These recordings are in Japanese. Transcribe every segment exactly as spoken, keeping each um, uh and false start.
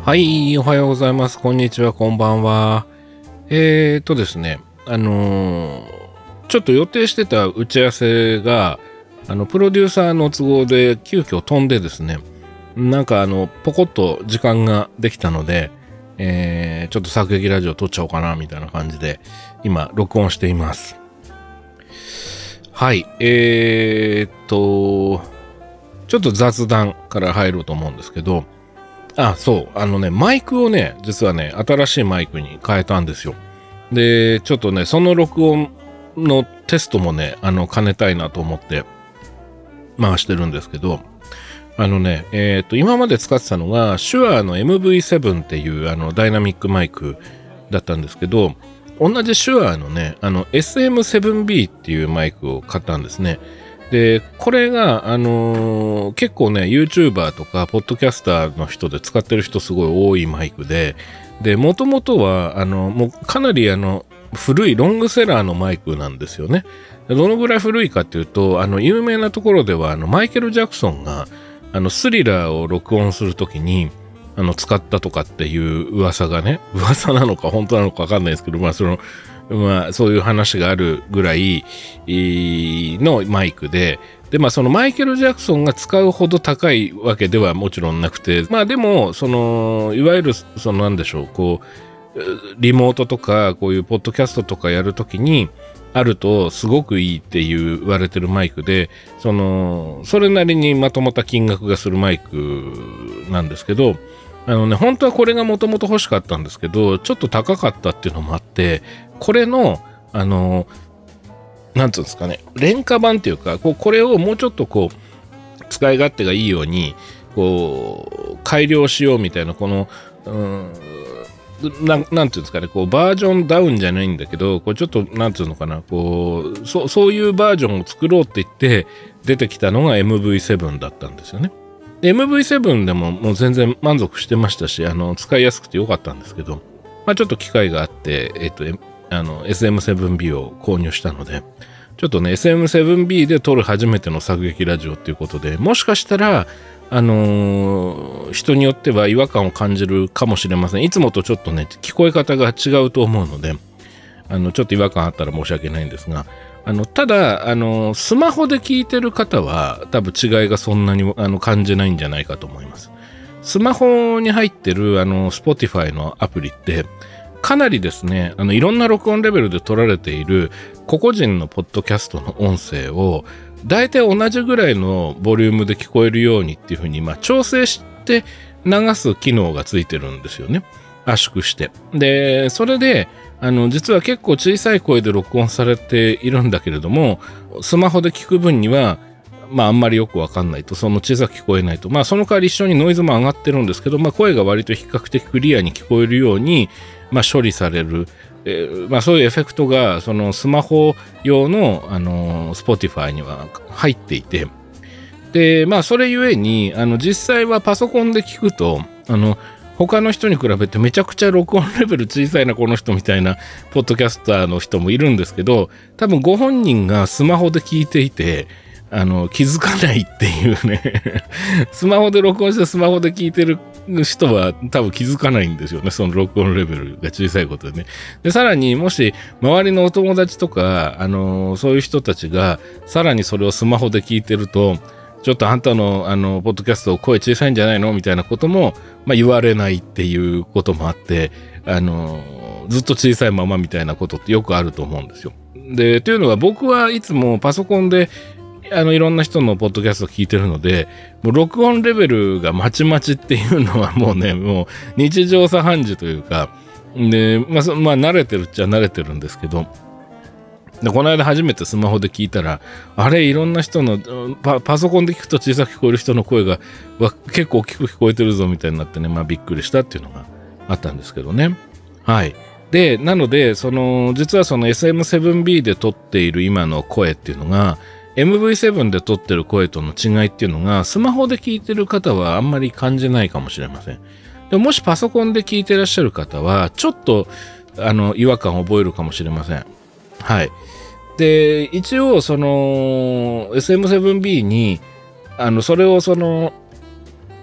はい、おはようございます。こんにちは、こんばんは。えーとですね、あのーちょっと予定してた打ち合わせが、あの、プロデューサーの都合で急遽飛んでですね、なんかあの、ポコッと時間ができたので、えー、ちょっと作劇ラジオ撮っちゃおうかな、みたいな感じで、今、録音しています。はい、えーと、ちょっと雑談から入ろうと思うんですけど、あ、そう。あのね、マイクをね、実はね、新しいマイクに変えたんですよ。で、ちょっとね、その録音のテストもね、あの、兼ねたいなと思って回してるんですけど、あのね、えっと、今まで使ってたのが、シュアーの エムブイセブン っていうあのダイナミックマイクだったんですけど、同じシュアーのね、あの エスエムセブンビー っていうマイクを買ったんですね。で、これが、あのー結構ね、YouTuber とか、ポッドキャスターの人で使ってる人すごい多いマイクで、で、もともとは、あの、もうかなりあの、古いロングセラーのマイクなんですよね。どのぐらい古いかっていうと、あの、有名なところでは、あの、マイケル・ジャクソンが、あの、スリラーを録音するときに、あの、使ったとかっていう噂がね、噂なのか本当なのかわかんないですけど、まあ、その、まあ、そういう話があるぐらいのマイクで、で、まあ、そのマイケル・ジャクソンが使うほど高いわけではもちろんなくて、まあ、でも、その、いわゆる、その、なんでしょう、こう、リモートとか、こういうポッドキャストとかやるときに、あるとすごくいいっていう言われてるマイクで、その、それなりにまとまった金額がするマイクなんですけど、あのね、本当はこれがもともと欲しかったんですけど、ちょっと高かったっていうのもあって、これの、あの、なんつうんですかね、廉価版っていうか、こうこれをもうちょっとこう、使い勝手がいいように、こう、改良しようみたいな、この、うん、な, なんていうんですかね、こう、バージョンダウンじゃないんだけど、こう、ちょっと、なんていうのかな、こう、そ, そういうバージョンを作ろうって言って、出てきたのが エムブイセブン だったんですよね。で エムブイセブン でももう全然満足してましたし、あの、使いやすくてよかったんですけど、まあちょっと機会があって、えっと、あの、エスエムセブンビー を購入したので、ちょっとね、エスエムセブンビー で撮る初めての作劇ラジオっていうことで、もしかしたら、あのー人によっては違和感を感じるかもしれません。いつもとちょっとね、聞こえ方が違うと思うので、あの、ちょっと違和感あったら申し訳ないんですが、あの、ただ、あの、スマホで聞いてる方は、多分違いがそんなにあの感じないんじゃないかと思います。スマホに入ってる、あの、Spotify のアプリって、かなりですね、あの、いろんな録音レベルで撮られている個々人のポッドキャストの音声を、大体同じぐらいのボリュームで聞こえるようにっていうふうに、まあ、調整して流す機能がついてるんですよね。圧縮して。で、それで、あの、実は結構小さい声で録音されているんだけれども、スマホで聞く分には、まああんまりよくわかんないと、その小さく聞こえないと、まあその代わり一緒にノイズも上がってるんですけど、まあ声が割と比較的クリアに聞こえるように、まあ処理される、えーまあそういうエフェクトが、そのスマホ用の、あの、Spotify には入っていて、で、まあそれゆえに、あの、実際はパソコンで聞くと、あの、他の人に比べてめちゃくちゃ録音レベル小さいなこの人みたいなポッドキャスターの人もいるんですけど、多分ご本人がスマホで聞いていて、あの、気づかないっていうねスマホで録音してスマホで聞いてる人は多分気づかないんですよね。その録音レベルが小さいことでね。で、さらにもし周りのお友達とか、あの、そういう人たちがさらにそれをスマホで聞いてると、ちょっとあんたのあのポッドキャスト声小さいんじゃないのみたいなことも、まあ、言われないっていうこともあって、あのずっと小さいままみたいなことってよくあると思うんですよ。で、というのは僕はいつもパソコンであのいろんな人のポッドキャストを聞いてるので、もう録音レベルがまちまちっていうのはもうね、もう日常茶飯事というか、で、まあ、まあ慣れてるっちゃ慣れてるんですけど、でこの間初めてスマホで聞いたら、あれいろんな人の パ, パソコンで聞くと小さく聞こえる人の声が結構大きく聞こえてるぞみたいになってね、まあびっくりしたっていうのがあったんですけどね。はい。で、なので、その、実はその エスエムセブンビー で撮っている今の声っていうのが、エムブイセブン で撮ってる声との違いっていうのが、スマホで聞いてる方はあんまり感じないかもしれません。でも、もしパソコンで聞いてらっしゃる方は、ちょっと、あの、違和感を覚えるかもしれません。はい。で、一応、その、エスエムセブンビー に、あの、それをその、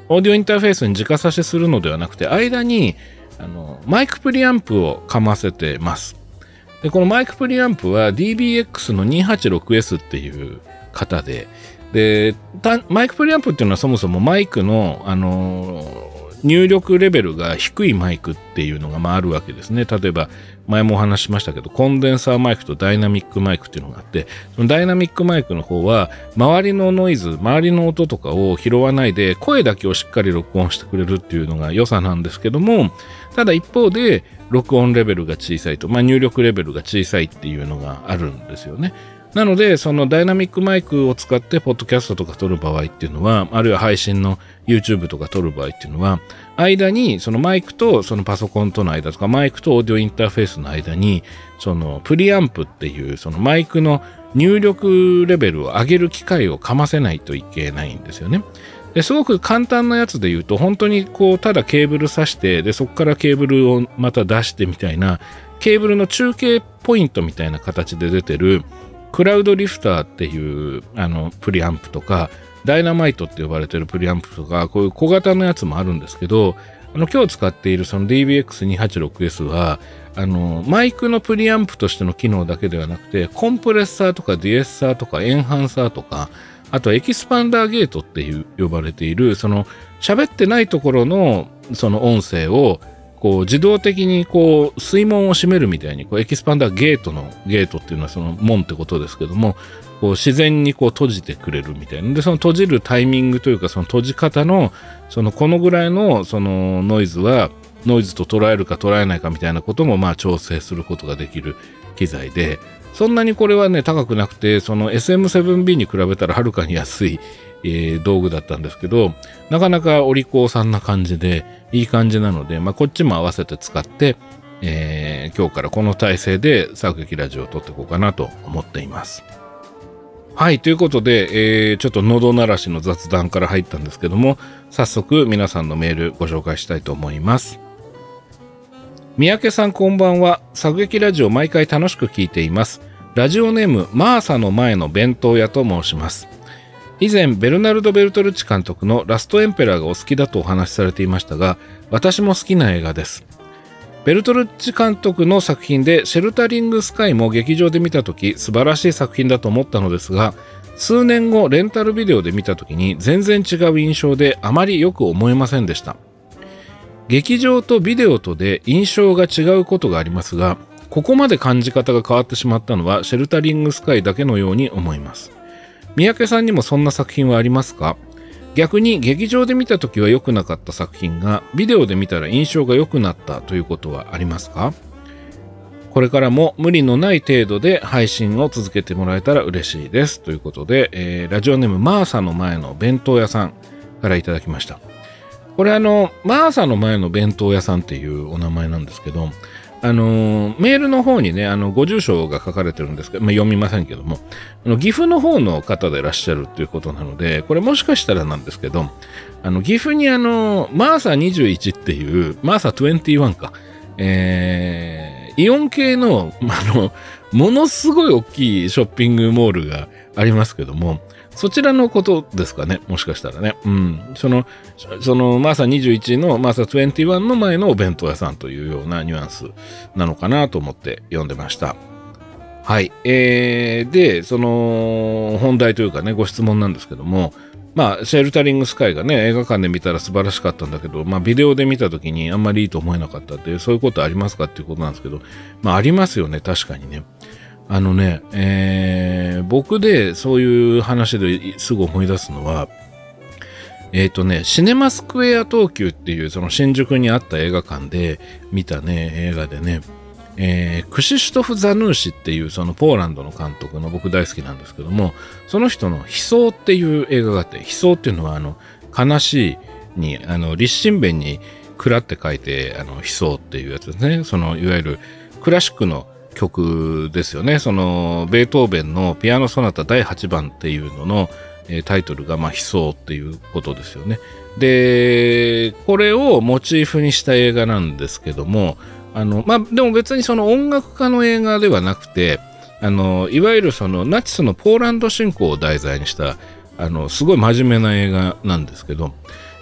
オーディオインターフェースに直差しするのではなくて、間にあのマイクプリアンプをかませてます。で、このマイクプリアンプは ディービーエックス の にーはちろくエス っていう型で、で、マイクプリアンプっていうのはそもそもマイクの、あのー入力レベルが低いマイクっていうのがまああるわけですね。例えば前もお話ししましたけど、コンデンサーマイクとダイナミックマイクっていうのがあって、そのダイナミックマイクの方は周りのノイズ、周りの音とかを拾わないで声だけをしっかり録音してくれるっていうのが良さなんですけども、ただ一方で録音レベルが小さいと、まあ、入力レベルが小さいっていうのがあるんですよね。なので、そのダイナミックマイクを使ってポッドキャストとか撮る場合っていうのは、あるいは配信の YouTube とか撮る場合っていうのは、間にそのマイクとそのパソコンとの間とか、マイクとオーディオインターフェースの間に、そのプリアンプっていうそのマイクの入力レベルを上げる機械をかませないといけないんですよね。ですごく簡単なやつで言うと、本当にこうただケーブル挿して、でそこからケーブルをまた出してみたいな、ケーブルの中継ポイントみたいな形で出てるクラウドリフターっていうあのプリアンプとか、ダイナマイトって呼ばれてるプリアンプとか、こういう小型のやつもあるんですけど、あの今日使っているその ディービーエックスにーはちろくエス はあのマイクのプリアンプとしての機能だけではなくて、コンプレッサーとかディエッサーとかエンハンサーとか、あとエキスパンダーゲートっていう呼ばれている、その喋ってないところのその音声をこう自動的にこう水門を閉めるみたいに、こうエキスパンダーゲートのゲートっていうのはその門ってことですけども、こう自然にこう閉じてくれるみたいな。で、その閉じるタイミングというか、その閉じ方のそのこのぐらいのそのノイズはノイズと捉えるか捉えないかみたいなこともまあ調整することができる機材で、そんなにこれはね高くなくて、その エスエムセブンビー に比べたらはるかに安い、えー、道具だったんですけど、なかなかお利口さんな感じでいい感じなので、まあ、こっちも合わせて使って、えー、今日からこの体制で作劇ラジオを撮っていこうかなと思っています。はい、ということで、えー、ちょっと喉鳴らしの雑談から入ったんですけども、早速皆さんのメールご紹介したいと思います。三宅さんこんばんは。作劇ラジオ毎回楽しく聞いています。ラジオネームマーサの前の弁当屋と申します。以前ベルナルド・ベルトルッチ監督のラストエンペラーがお好きだとお話しされていましたが、私も好きな映画です。ベルトルッチ監督の作品でシェルタリング・スカイも劇場で見たとき素晴らしい作品だと思ったのですが、数年後レンタルビデオで見たときに全然違う印象であまりよく思えませんでした。劇場とビデオとで印象が違うことがありますが、ここまで感じ方が変わってしまったのはシェルタリング・スカイだけのように思います。三宅さんにもそんな作品はありますか？逆に劇場で見たときは良くなかった作品がビデオで見たら印象が良くなったということはありますか？これからも無理のない程度で配信を続けてもらえたら嬉しいです。ということで、えー、ラジオネームマーサの前の弁当屋さんからいただきました。これあの、マーサの前の弁当屋さんっていうお名前なんですけど、あのー、メールの方にね、あの、ご住所が書かれてるんですけど、まあ、読みませんけども、あの岐阜の方の方でいらっしゃるということなので、これもしかしたらなんですけど、あの、岐阜にあの、マーサにじゅういちっていう、マーサにじゅういちか、えー、イオン系の、あの、ものすごい大きいショッピングモールがありますけども、そちらのことですかね、もしかしたらね。うん。その、そのマーサにじゅういちのマーサにじゅういちの前のお弁当屋さんというようなニュアンスなのかなと思って読んでました。はい。えー、で、その本題というかね、ご質問なんですけども、まあ、シェルタリングスカイがね、映画館で見たら素晴らしかったんだけど、まあ、ビデオで見たときにあんまりいいと思えなかったっていう、そういうことありますかっていうことなんですけど、まあ、ありますよね、確かにね。あのね、えー、僕でそういう話ですぐ思い出すのは、えっとね、シネマスクエア東急っていうその新宿にあった映画館で見たね、映画でね、えー、クシシュトフ・ザヌーシっていうそのポーランドの監督の僕大好きなんですけども、その人の悲壮っていう映画があって、悲壮っていうのはあの悲しいに、あの立身弁に蔵って書いて、あの悲壮っていうやつですね。そのいわゆるクラシックの曲ですよね。そのベートーベンのピアノソナタだいはちばんっていうのの、えー、タイトルがまあ悲壮っていうことですよね。で、これをモチーフにした映画なんですけども、あのまあでも別にその音楽家の映画ではなくて、あのいわゆるそのナチスのポーランド侵攻を題材にしたあのすごい真面目な映画なんですけど、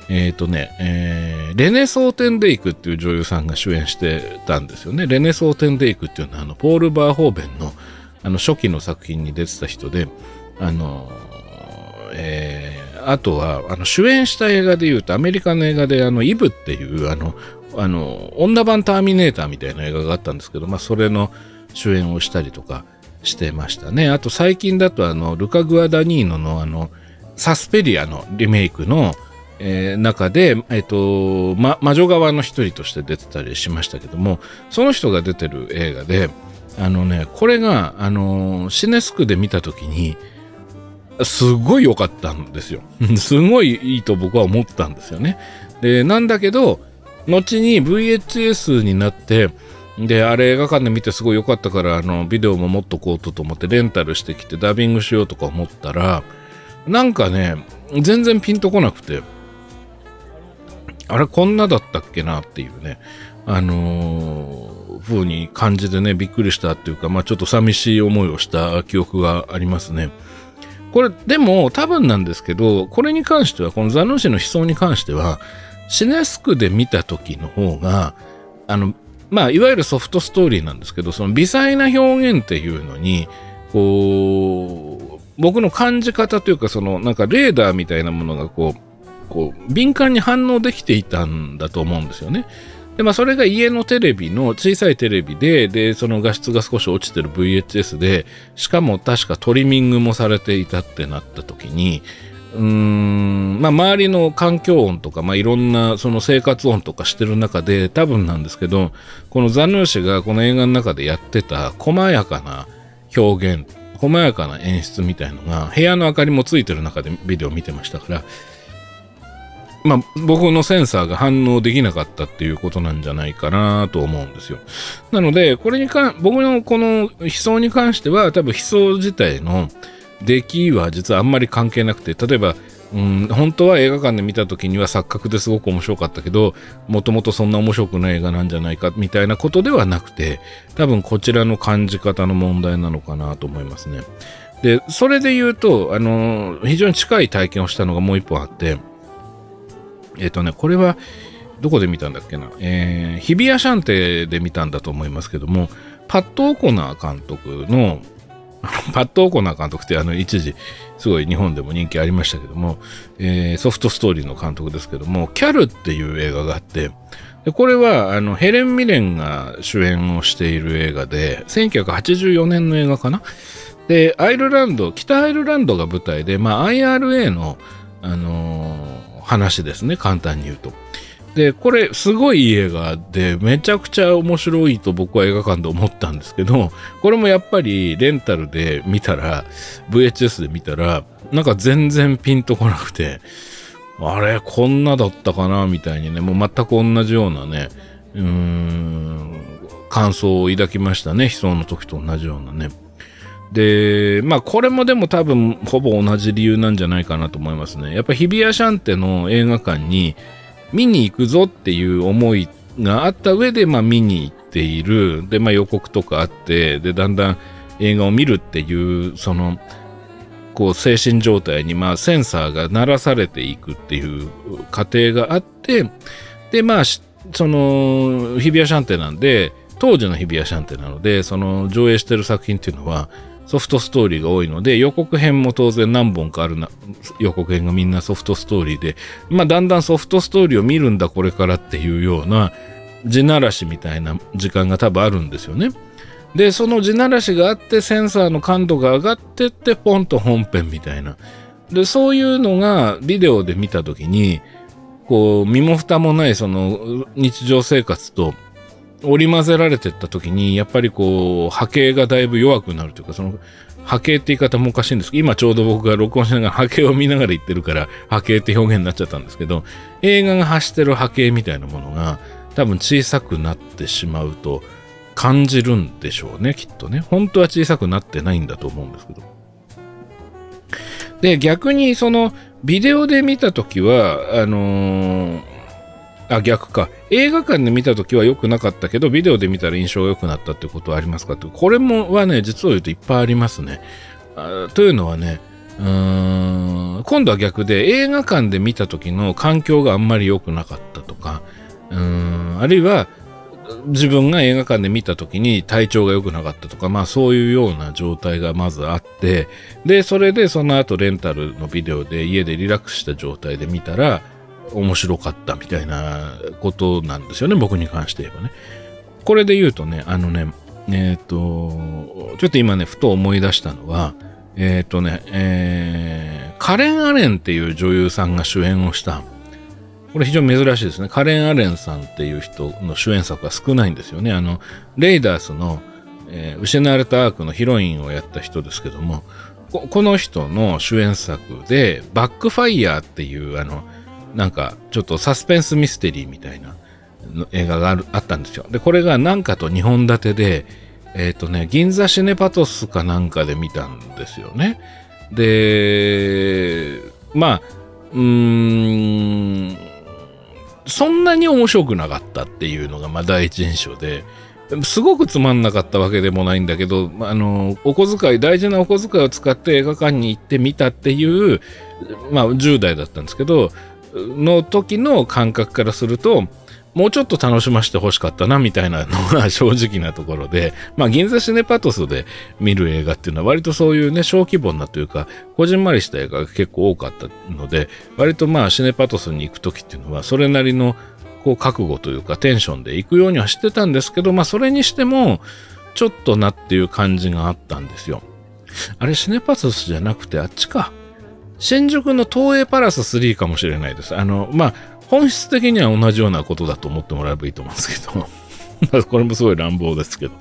えっとね、えー、レネ・ソーテンデイクっていう女優さんが主演してたんですよね。レネ・ソーテンデイクっていうのはあのポール・バーホーベンのあの初期の作品に出てた人で、あの、えー、あとはあの主演した映画でいうとアメリカの映画であのイブっていうあのあの女版ターミネーターみたいな映画があったんですけど、まあ、それの主演をしたりとかしてましたね。あと最近だとあのルカ・グアダニーノのあのサスペリアのリメイクの、えー、中で、えっとま、魔女側の一人として出てたりしましたけども、その人が出てる映画で、あのね、これがあのシネスクで見た時にすごい良かったんですよ。すごいいいと僕は思ったんですよね。で、なんだけど後に ブイエイチエス になって、であれ映画館で見てすごい良かったから、あのビデオも持っとこうと思ってレンタルしてきてダビングしようとか思ったら、なんかね全然ピンとこなくて、あれこんなだったっけなっていうね、あのー、風に感じでねびっくりしたっていうか、まあちょっと寂しい思いをした記憶がありますね。これでも多分なんですけど、これに関してはこのザヌーシの悲壮に関してはシネスクで見た時の方が、あのまあいわゆるソフトストーリーなんですけど、その微細な表現っていうのにこう僕の感じ方というか、そのなんかレーダーみたいなものがこうこう敏感に反応できていたんだと思うんですよね。でまあそれが家のテレビの小さいテレビで、でその画質が少し落ちてる ブイエイチエス で、しかも確かトリミングもされていたってなった時に、うーんまあ周りの環境音とか、まあいろんなその生活音とかしてる中で、多分なんですけど、このザヌーシがこの映画の中でやってた細やかな表現、細やかな演出みたいのが部屋の明かりもついてる中でビデオ見てましたから、まあ僕のセンサーが反応できなかったっていうことなんじゃないかなと思うんですよ。なのでこれに関僕のこの悲壮に関しては、多分悲壮自体の出来は実はあんまり関係なくて、例えば、うん、本当は映画館で見た時には錯覚ですごく面白かったけど、もともとそんな面白くない映画なんじゃないかみたいなことではなくて、多分こちらの感じ方の問題なのかなと思いますね。でそれで言うと、あの非常に近い体験をしたのがもう一本あって、えっとねこれはどこで見たんだっけな、えー、日比谷シャンテで見たんだと思いますけども、パッド・オコナー監督のパッド・オコナー監督ってあの一時すごい日本でも人気ありましたけども、えー、ソフトストーリーの監督ですけども、キャルっていう映画があって、でこれはあのヘレン・ミレンが主演をしている映画で、せんきゅうひゃくはちじゅうよねんの映画かな。でアイルランド、北アイルランドが舞台で、まあ、アイアールエー の、あのー、話ですね、簡単に言うと。でこれすごいいい映画で、めちゃくちゃ面白いと僕は映画館で思ったんですけど、これもやっぱりレンタルで見たら ブイエイチエス で見たらなんか全然ピンとこなくて、あれこんなだったかなみたいにね、もう全く同じようなね、うーん感想を抱きましたね。悲壮の時と同じようなね。でまあこれもでも多分ほぼ同じ理由なんじゃないかなと思いますね。やっぱ日比谷シャンテの映画館に見に行くぞっていう思いがあった上で、まあ、見に行っている。で、まあ、予告とかあって、でだんだん映画を見るっていうそのこう精神状態に、まあ、センサーが鳴らされていくっていう過程があって、でまあその日比谷シャンテなんで、当時の日比谷シャンテなので、その上映してる作品っていうのはソフトストーリーが多いので、予告編も当然何本かあるな予告編がみんなソフトストーリーで、まあだんだんソフトストーリーを見るんだこれからっていうような地ならしみたいな時間が多分あるんですよね。でその地ならしがあって、センサーの感度が上がってってポンと本編みたいな、でそういうのがビデオで見た時に、こう身も蓋もないその日常生活と織り交ぜられてった時に、やっぱりこう波形がだいぶ弱くなるというか、その波形って言い方もおかしいんですけど、今ちょうど僕が録音しながら波形を見ながら言ってるから波形って表現になっちゃったんですけど、映画が発してる波形みたいなものが多分小さくなってしまうと感じるんでしょうね、きっとね。本当は小さくなってないんだと思うんですけど。で逆にそのビデオで見た時はあのーあ、逆か。映画館で見たときは良くなかったけど、ビデオで見たら印象が良くなったってことはありますかって。これもはね、実を言うといっぱいありますね。あというのはね、 うーん今度は逆で映画館で見た時の環境があんまり良くなかったとか、うーんあるいは自分が映画館で見た時に体調が良くなかったとか、まあそういうような状態がまずあって、でそれでその後レンタルのビデオで家でリラックスした状態で見たら面白かったみたいなことなんですよね、僕に関して言えばね。これで言うとね、あのねえっとちょっと今ねふと思い出したのは、えっとね、えー、カレン・アレンっていう女優さんが主演をしたこれ非常に珍しいですね。カレン・アレンさんっていう人の主演作が少ないんですよね。あの、レイダースの、えー、失われたアークのヒロインをやった人ですけども、こ, この人の主演作で、バックファイヤーっていう、あの、なんか、ちょっとサスペンスミステリーみたいな映画が あ, るあったんですよ。で、これがなんかとにほん立てで、えっとね、銀座シネパトスかなんかで見たんですよね。で、まあ、うーん、そんなに面白くなかったっていうのがまあ第一印象で、すごくつまんなかったわけでもないんだけど、あのお小遣い大事なお小遣いを使って映画館に行ってみたっていう、まあじゅう代だったんですけどの時の感覚からすると、もうちょっと楽しませてほしかったなみたいなのが正直なところで、まあ銀座シネパトスで見る映画っていうのは割とそういうね小規模なというかこじんまりした映画が結構多かったので、割とまあシネパトスに行く時っていうのはそれなりのこう覚悟というかテンションで行くようにはしてたんですけど、まあそれにしてもちょっとなっていう感じがあったんですよ。あれシネパトスじゃなくてあっちか、新宿の東映パラススリーかもしれないです。あのまあ本質的には同じようなことだと思ってもらえばいいと思うんですけどこれもすごい乱暴ですけど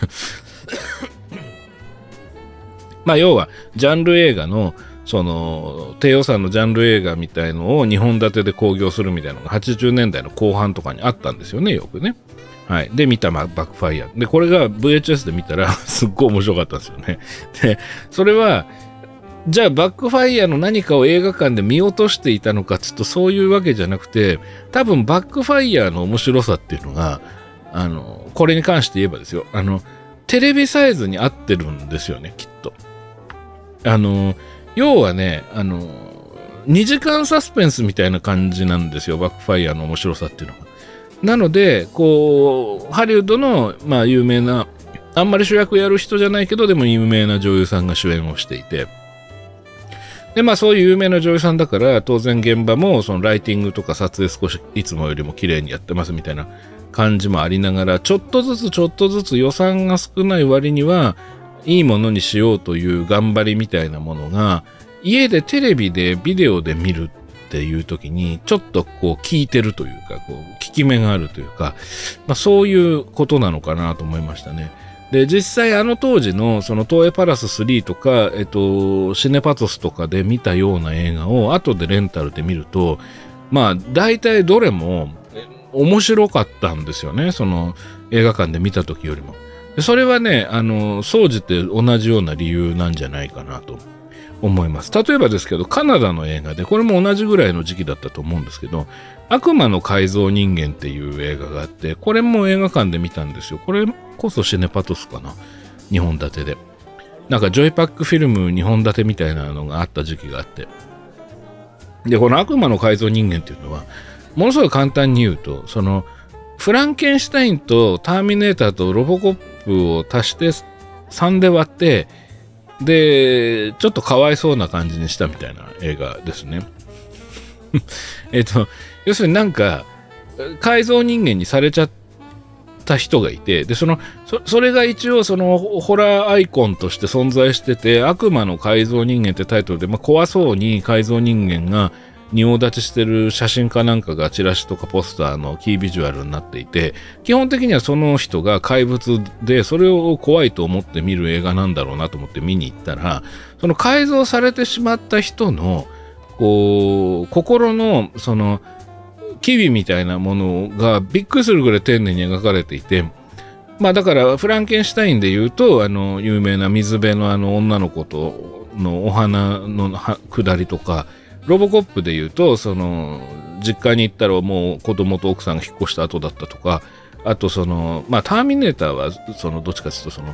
まあ要はジャンル映画のその低予算のジャンル映画みたいのをにほん立てで興行するみたいなのがはちじゅうねんだいの後半とかにあったんですよね、よくね。はい。で見た、まあ、バックファイヤーで、これが ブイエイチエス で見たらすっごい面白かったんですよね。でそれはじゃあバックファイヤーの何かを映画館で見落としていたのかちょっとそういうわけじゃなくて、多分バックファイヤーの面白さっていうのが、あのこれに関して言えばですよ、あのテレビサイズに合ってるんですよね、きっと。あの要はね、あのにじかんサスペンスみたいな感じなんですよ、バックファイヤーの面白さっていうのが。なのでこうハリウッドのまあ有名な、あんまり主役やる人じゃないけどでも有名な女優さんが主演をしていて、でまあそういう有名な女優さんだから当然現場もそのライティングとか撮影少しいつもよりも綺麗にやってますみたいな感じもありながら、ちょっとずつちょっとずつ予算が少ない割にはいいものにしようという頑張りみたいなものが家でテレビでビデオで見るっていう時にちょっとこう効いてるというか、こう効き目があるというか、まあ、そういうことなのかなと思いましたね。で実際あの当時のその東映パラススリーとか、えっと、シネパトスとかで見たような映画を後でレンタルで見ると、まあ大体どれも面白かったんですよね、その映画館で見た時よりも。でそれはね、あの総じて同じような理由なんじゃないかなと思います。例えばですけどカナダの映画で、これも同じぐらいの時期だったと思うんですけど、悪魔の改造人間っていう映画があって、これも映画館で見たんですよ。これこそシネパトスかな、にほん立てで。なんかジョイパックフィルムにほん立てみたいなのがあった時期があって、でこの悪魔の改造人間っていうのはものすごい簡単に言うと、そのフランケンシュタインとターミネーターとロボコップを足してさんで割って、でちょっとかわいそうな感じにしたみたいな映画ですねえっと要するになんか改造人間にされちゃった人がいて、でその そ, それが一応そのホラーアイコンとして存在してて、悪魔の改造人間ってタイトルで、まあ、怖そうに改造人間が仁王立ちしてる写真かなんかがチラシとかポスターのキービジュアルになっていて、基本的にはその人が怪物でそれを怖いと思って見る映画なんだろうなと思って見に行ったら、その改造されてしまった人のこう心のその機微みたいなものがびっくりするぐらい丁寧に描かれていて、まあだからフランケンシュタインで言うと、あの有名な水辺のあの女の子とのお花の下りとか、ロボコップで言うとその実家に行ったらもう子供と奥さんが引っ越した後だったとか、あとそのまあターミネーターはそのどっちかというとその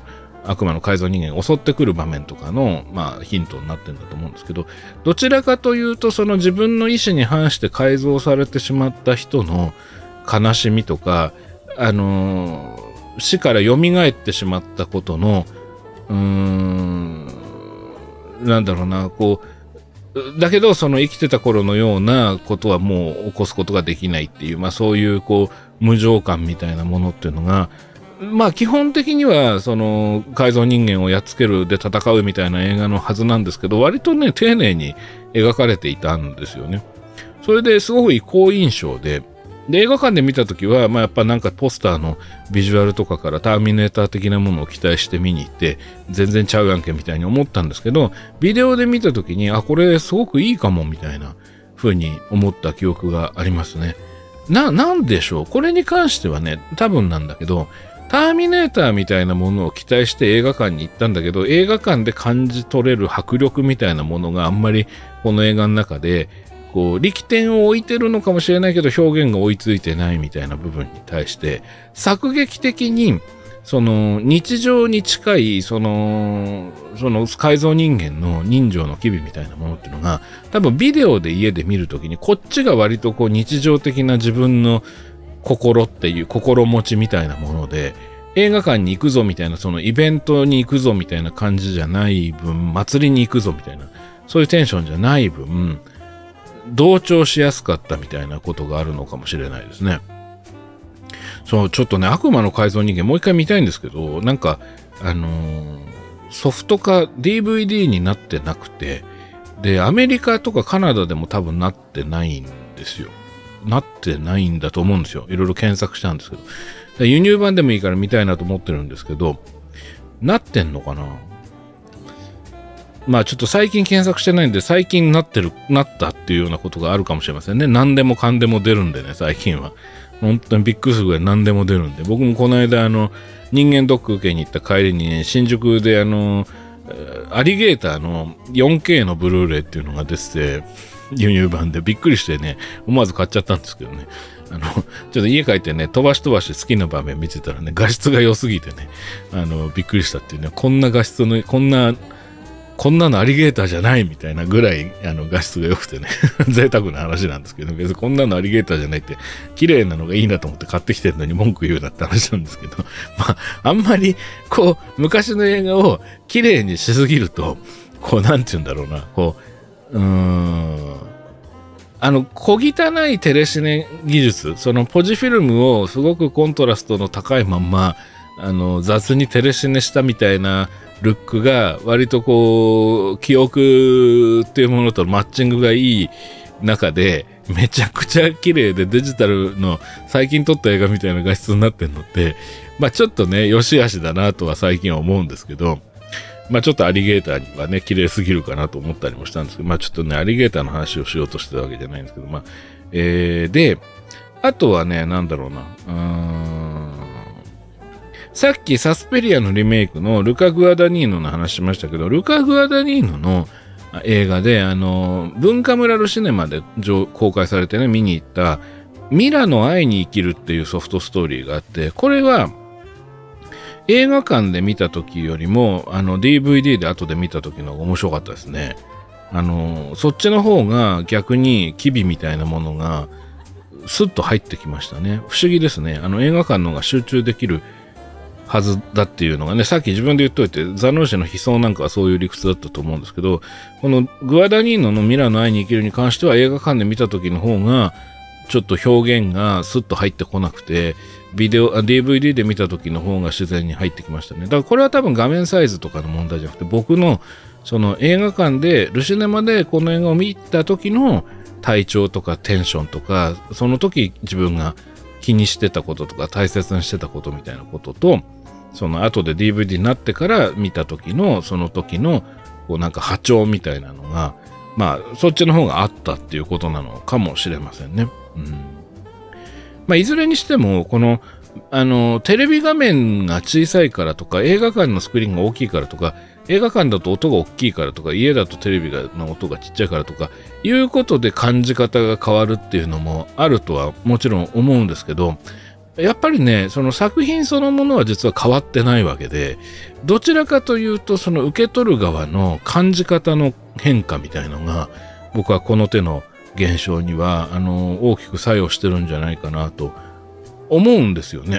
悪魔の改造人間が襲ってくる場面とかの、まあ、ヒントになってるんだと思うんですけど、どちらかというとその自分の意思に反して改造されてしまった人の悲しみとか、あのー、死から蘇ってしまったことのうーんなんだろうなこうだけどその生きてた頃のようなことはもう起こすことができないっていう、まあ、そういうこう無常感みたいなものっていうのが、まあ基本的にはその改造人間をやっつけるで戦うみたいな映画のはずなんですけど、割とね丁寧に描かれていたんですよね。それですごく好印象で、で映画館で見た時は、まあ、やっぱなんかポスターのビジュアルとかからターミネーター的なものを期待して見に行って全然ちゃうやんけみたいに思ったんですけど、ビデオで見た時にあこれすごくいいかもみたいな風に思った記憶がありますね。な、なんでしょう、これに関してはね多分なんだけど、ターミネーターみたいなものを期待して映画館に行ったんだけど、映画館で感じ取れる迫力みたいなものがあんまりこの映画の中でこう力点を置いてるのかもしれないけど表現が追いついてないみたいな部分に対して作劇的にその日常に近いそのその改造人間の人情の機微みたいなものっていうのが多分ビデオで家で見るときにこっちが割とこう日常的な自分の心っていう心持ちみたいなもので、映画館に行くぞみたいなそのイベントに行くぞみたいな感じじゃない分、祭りに行くぞみたいなそういうテンションじゃない分同調しやすかったみたいなことがあるのかもしれないですね。そうちょっとね悪魔の改造人間もう一回見たいんですけど、なんかあのー、ソフト化 ディーブイディー になってなくて、でアメリカとかカナダでも多分なってないんですよ。なってないんだと思うんですよ。いろいろ検索したんですけど、輸入版でもいいから見たいなと思ってるんですけど、なってんのかな。まあちょっと最近検索してないんで最近なってるなったっていうようなことがあるかもしれませんね。何でもかんでも出るんでね、最近は本当にびっくりするぐらい何でも出るんで、僕もこの間あの人間ドック受けに行った帰りに、ね、新宿であのアリゲーターの よんケー のブルーレイっていうのが出てて、輸入版でびっくりしてね思わず買っちゃったんですけどね、あのちょっと家帰ってね飛ばし飛ばし好きな場面見てたらね画質が良すぎてねあのびっくりしたっていうね、こんな画質のこんなこんなのアリゲーターじゃないみたいなぐらいあの画質が良くてね贅沢な話なんですけど、別にこんなのアリゲーターじゃないって綺麗なのがいいなと思って買ってきてるのに文句言うなって話なんですけど、まああんまりこう昔の映画を綺麗にしすぎるとこうなんて言うんだろうな、こううーんあの小汚いテレシネ技術、そのポジフィルムをすごくコントラストの高いまんまあの雑にテレシネしたみたいなルックが割とこう記憶っていうものとマッチングがいい中でめちゃくちゃ綺麗でデジタルの最近撮った映画みたいな画質になってるのってまあちょっとね良し悪しだなとは最近は思うんですけど、まあちょっとアリゲーターはね綺麗すぎるかなと思ったりもしたんですけど、まあちょっとねアリゲーターの話をしようとしてたわけじゃないんですけど、まあえー、であとはねなんだろうな、うーんさっきサスペリアのリメイクのルカ・グアダニーノの話しましたけど、ルカ・グアダニーノの映画であの文化村ルシネマで公開されてね見に行ったミラノ愛に生きるっていうソフトストーリーがあって、これは映画館で見た時よりもあの ディーブイディー で後で見た時の方が面白かったですね。あのそっちの方が逆に機微みたいなものがスッと入ってきましたね。不思議ですね。あの映画館の方が集中できるはずだっていうのがね、さっき自分で言っといてザノーシの悲壮なんかはそういう理屈だったと思うんですけど、このグアダニーノのミラノ愛に生きるに関しては映画館で見た時の方がちょっと表現がスッと入ってこなくて、ビデオ ディーブイディー で見た時の方が自然に入ってきましたね。だからこれは多分画面サイズとかの問題じゃなくて、僕のその映画館でルシネマでこの映画を見た時の体調とかテンションとか、その時自分が気にしてたこととか大切にしてたことみたいなことと、その後で ディーブイディー になってから見た時のその時のこうなんか波長みたいなのが、まあそっちの方があったっていうことなのかもしれませんね。うん、まあいずれにしてもこのあのテレビ画面が小さいからとか映画館のスクリーンが大きいからとか、映画館だと音が大きいからとか、家だとテレビの音がちっちゃいからとかいうことで感じ方が変わるっていうのもあるとはもちろん思うんですけど、 やっぱりね、その作品そのものは実は変わってないわけで、どちらかというとその受け取る側の感じ方の変化みたいのが、僕はこの手の現象にはあの大きく作用してるんじゃないかなと思うんですよね。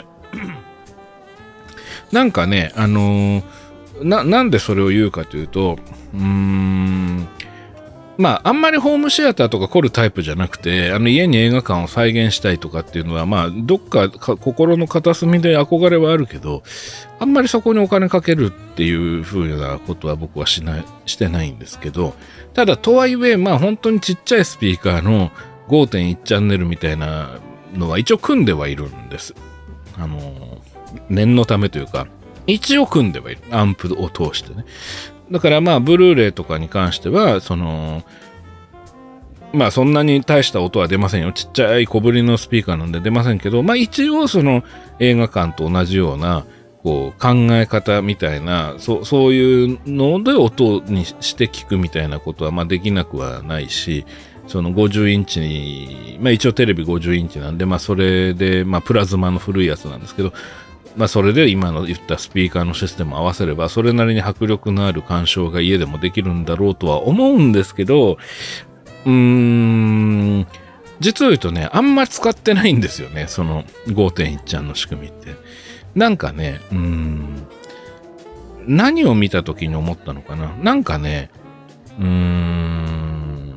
なんかね、あのな、なんでそれを言うかというと、うーん、まあ、あんまりホームシアターとか凝るタイプじゃなくて、あの家に映画館を再現したいとかっていうのは、まあ、どっかか心の片隅で憧れはあるけど、あんまりそこにお金かけるっていう風なことは僕はしない、してないんですけど、ただ、とはいえ、まあ、本当にちっちゃいスピーカーの ごてんいち チャンネルみたいなのは一応組んではいるんです。あの、念のためというか、一応組んではいる。アンプを通してね。だからまあ、ブルーレイとかに関しては、その、まあそんなに大した音は出ませんよ。ちっちゃい小ぶりのスピーカーなんで出ませんけど、まあ一応その映画館と同じような、こう考え方みたいな、そ, そういうので音にして聞くみたいなことはまあできなくはないし、そのごじゅうインチに、まあ一応テレビごじゅうインチなんで、まあそれで、まあプラズマの古いやつなんですけど、まあそれで今の言ったスピーカーのシステムを合わせればそれなりに迫力のある鑑賞が家でもできるんだろうとは思うんですけど、うーん、実を言うとね、あんま使ってないんですよね、その ごてんいち ちゃんの仕組みって。なんかね、うーん、何を見た時に思ったのかな。なんかね、うーん、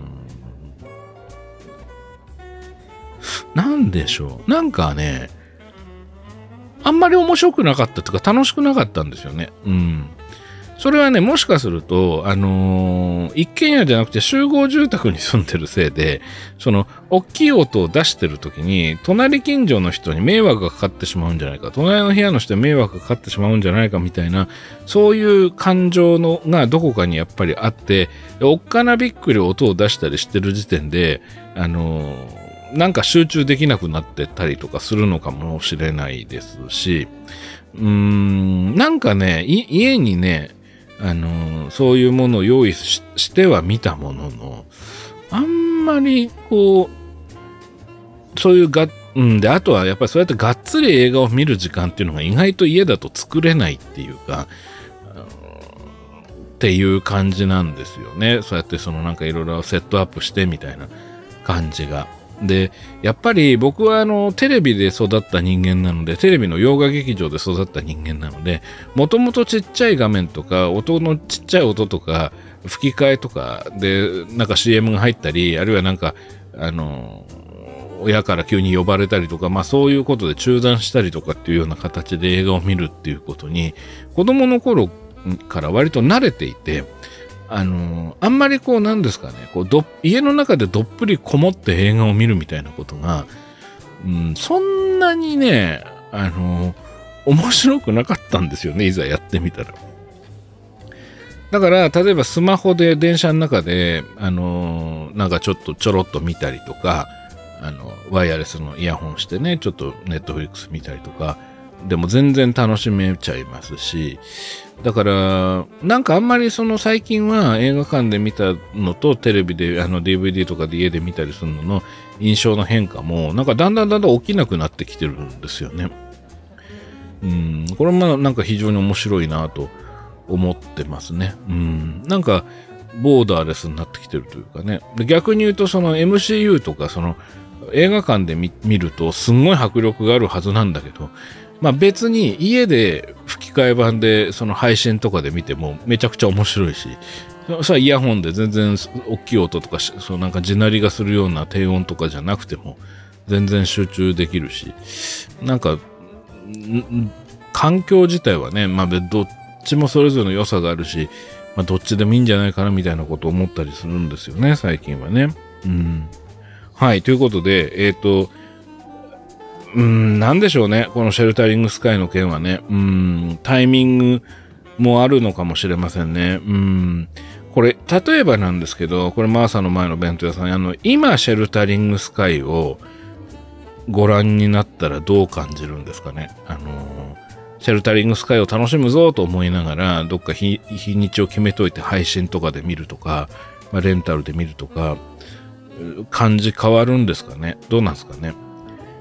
なんでしょう。なんかね、あんまり面白くなかったというか楽しくなかったんですよね。うん。それはね、もしかすると、あのー、一軒家じゃなくて集合住宅に住んでるせいで、その、大きい音を出してる時に、隣近所の人に迷惑がかかってしまうんじゃないか、隣の部屋の人に迷惑がかかってしまうんじゃないかみたいな、そういう感情のがどこかにやっぱりあって、おっかなびっくり音を出したりしてる時点で、あのー、なんか集中できなくなってたりとかするのかもしれないですし、うーん、なんかね、家にね、あのー、そういうものを用意 し, してはみたものの、あんまりこう、そういうが、うんで、あとはやっぱりそうやってがっつり映画を見る時間っていうのが意外と家だと作れないっていうか、っていう感じなんですよね。そうやってそのなんかいろいろセットアップしてみたいな感じが。で、やっぱり僕はあのテレビで育った人間なので、テレビの洋画劇場で育った人間なので、もともとちっちゃい画面とか、音のちっちゃい音とか、吹き替えとかで、なんか シーエム が入ったり、あるいはなんか、あの、親から急に呼ばれたりとか、まあそういうことで中断したりとかっていうような形で映画を見るっていうことに、子供の頃から割と慣れていて、あのー、あんまりこうなんですかね、こうど家の中でどっぷりこもって映画を見るみたいなことが、うん、そんなにね、あのー、面白くなかったんですよね、いざやってみたら。だから、例えばスマホで電車の中で、あのー、なんかちょっとちょろっと見たりとか、あの、ワイヤレスのイヤホンしてね、ちょっとネットフリックス見たりとか、でも全然楽しめちゃいますし、だからなんかあんまりその最近は映画館で見たのとテレビであの ディーブイディー とかで家で見たりするのの印象の変化もなんかだんだんだんだん起きなくなってきてるんですよね。うん、これもなんか非常に面白いなと思ってますね。うん、なんかボーダーレスになってきてるというかね。で逆に言うとその エムシーユー とかその映画館で 見, 見るとすんごい迫力があるはずなんだけど、まあ別に家で吹き替え版でその配信とかで見てもめちゃくちゃ面白いし、それはイヤホンで全然大きい音とかそうなんか地鳴りがするような低音とかじゃなくても全然集中できるし、なんか環境自体はね、まあどっちもそれぞれの良さがあるし、まあどっちでもいいんじゃないかなみたいなことを思ったりするんですよね、最近はね。うん。はい、ということで、えっと、うーん、なんでしょうね。このシェルタリングスカイの件はね。うーん、タイミングもあるのかもしれませんね。うーん。これ、例えばなんですけど、これマーサの前の弁当屋さんに、あの、今シェルタリングスカイをご覧になったらどう感じるんですかね。あのー、シェルタリングスカイを楽しむぞと思いながら、どっか日、日にちを決めといて配信とかで見るとか、まあ、レンタルで見るとか、感じ変わるんですかね。どうなんですかね。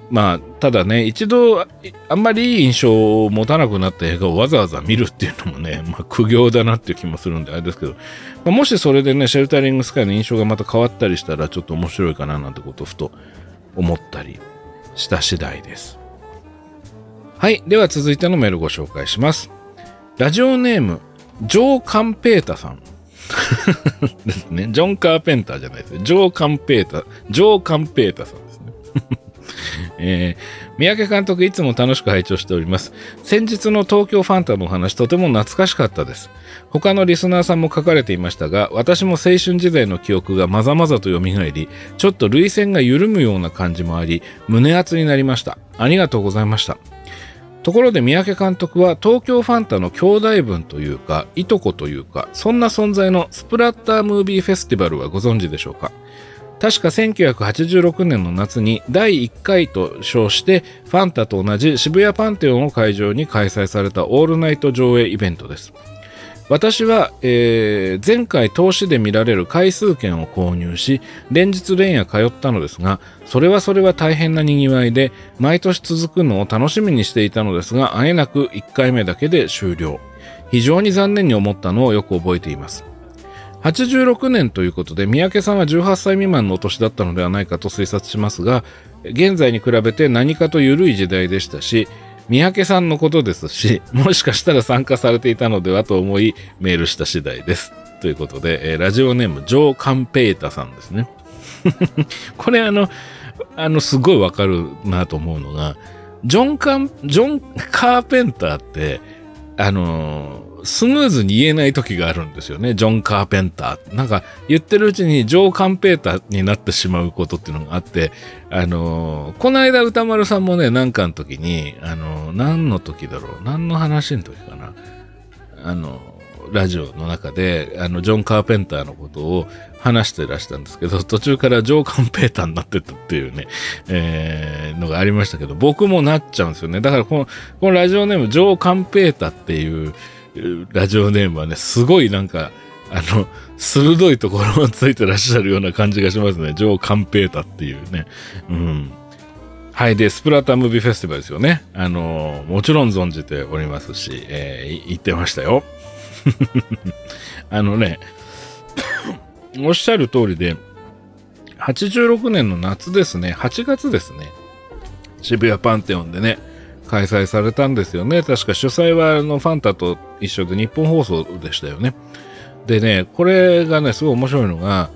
まあただね、一度あんまりいい印象を持たなくなった映画をわざわざ見るっていうのもね、まあ苦行だなっていう気もするんであれですけど、まあ、もしそれでねシェルタリングスカイの印象がまた変わったりしたらちょっと面白いかななんてことをふと思ったりした次第です。はい、では続いてのメールご紹介します。ラジオネームジョー・カンペータさんですね。ジョン・カーペンターじゃないですね。ジョー・カンペータジョー・カンペータさんですね。えー、三宅監督いつも楽しく拝聴しております。先日の東京ファンタのお話とても懐かしかったです。他のリスナーさんも書かれていましたが、私も青春時代の記憶がまざまざと蘇り、ちょっと涙腺が緩むような感じもあり、胸熱になりました。ありがとうございました。ところで三宅監督は東京ファンタの兄弟分というかいとこというか、そんな存在のスプラッタームービーフェスティバルはご存知でしょうか。確かせんきゅうひゃくはちじゅうろくねんの夏にだいいっかいと称してファンタと同じ渋谷パンテオンを会場に開催されたオールナイト上映イベントです。私は、えー、前回投資で見られる回数券を購入し連日連夜通ったのですが、それはそれは大変なにぎわいで毎年続くのを楽しみにしていたのですが、あえなくいっかいめだけで終了。非常に残念に思ったのをよく覚えています。はちじゅうろくねんということで三宅さんはじゅうはっさい未満のお年だったのではないかと推察しますが、現在に比べて何かと緩い時代でしたし、三宅さんのことですし、もしかしたら参加されていたのではと思いメールした次第です。ということで、えー、ラジオネームジョー・カンペータさんですね。これあの、あのすごいわかるなと思うのが、ジョン・カン、ジョン・カーペンターって、あのー、スムーズに言えない時があるんですよね。ジョン・カーペンター。なんか言ってるうちにジョー・カンペーターになってしまうことっていうのがあって、あのー、この間歌丸さんもね、なんかの時に、あのー、何の時だろう、何の話の時かな。あのー、ラジオの中で、あの、ジョン・カーペンターのことを話してらしたんですけど、途中からジョー・カンペーターになってたっていうね、えー、のがありましたけど、僕もなっちゃうんですよね。だからこの、このラジオネーム、ジョー・カンペーターっていう、ラジオネームはね、すごいなんか、あの、鋭いところをついてらっしゃるような感じがしますね。ジョー・カンペータっていうね。うん。はい。で、スプラタムービーフェスティバルですよね。あの、もちろん存じておりますし、えー、言ってましたよ。あのね、おっしゃる通りで、はちじゅうろくねんの夏ですね、はちがつですね、渋谷パンテオンでね、開催されたんですよね。確か主催はあのファンタと一緒で日本放送でしたよね。でね、これがね、すごい面白いのが、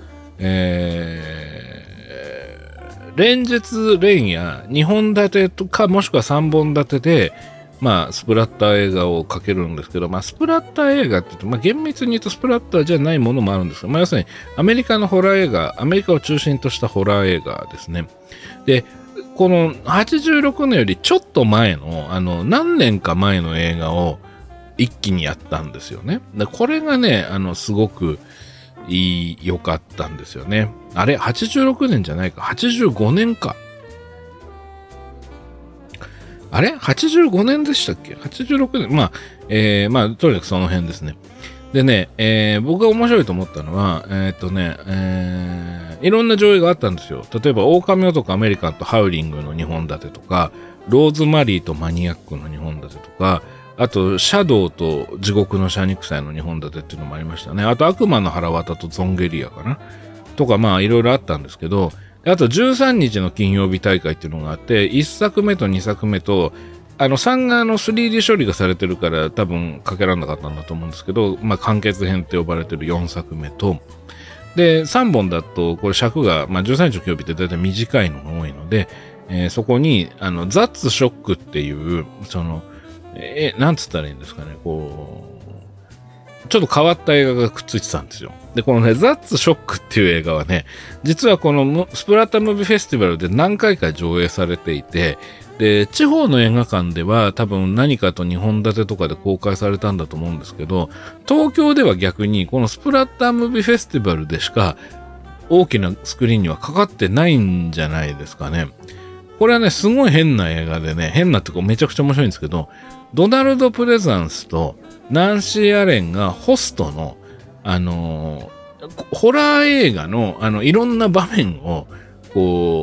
えー、連日連夜にほん立てとかもしくはさんぼん立てで、まあ、スプラッター映画をかけるんですけど、まあ、スプラッター映画って言うと、まあ、厳密に言うとスプラッターじゃないものもあるんですが、まあ、要するにアメリカのホラー映画、アメリカを中心としたホラー映画ですね。で、このはちじゅうろくねんよりちょっと前の、あの、何年か前の映画を一気にやったんですよね。で、これがね、あの、すごくいい、良かったんですよね。あれ、はちじゅうろくねんじゃないか、はちじゅうごねんか。あれ ?はちじゅうごねんでしたっけ ?はちじゅうろくねん。まあ、えー、まあ、とにかくその辺ですね。でね、えー、僕が面白いと思ったのは、えー、っとね、えー、いろんな上映があったんですよ。例えば、狼男アメリカンとハウリングのにほん立てとか、ローズマリーとマニアックのにほん立てとか、あと、シャドウと地獄のシャニクサイのにほん立てっていうのもありましたね。あと、悪魔の腹渡とゾンゲリアかなとか、まあ、いろいろあったんですけど、あとじゅうさんにちの金曜日大会っていうのがあって、いっさくめとにさくめと、あのさんがの スリーディー 処理がされてるから多分かけられなかったんだと思うんですけど、まあ完結編って呼ばれてるよんさくめと、で、さんぼんだとこれ尺が、まあじゅうさんにちの金曜日ってだいたい短いのが多いので、えー、そこに、あの、ザッツショックっていう、その、えー、なんつったらいいんですかね、こう、ちょっと変わった映画がくっついてたんですよ。で、このね、ザッツショックっていう映画はね、実はこのスプラッタムービーフェスティバルで何回か上映されていて、で、地方の映画館では多分何かとにほん立てとかで公開されたんだと思うんですけど、東京では逆にこのスプラッタームービーフェスティバルでしか大きなスクリーンにはかかってないんじゃないですかね。これはね、すごい変な映画でね、変なっていうかめちゃくちゃ面白いんですけど、ドナルド・プレザンスとナンシー・アレンがホストの、あのー、ホラー映画の、あの、いろんな場面を、こう、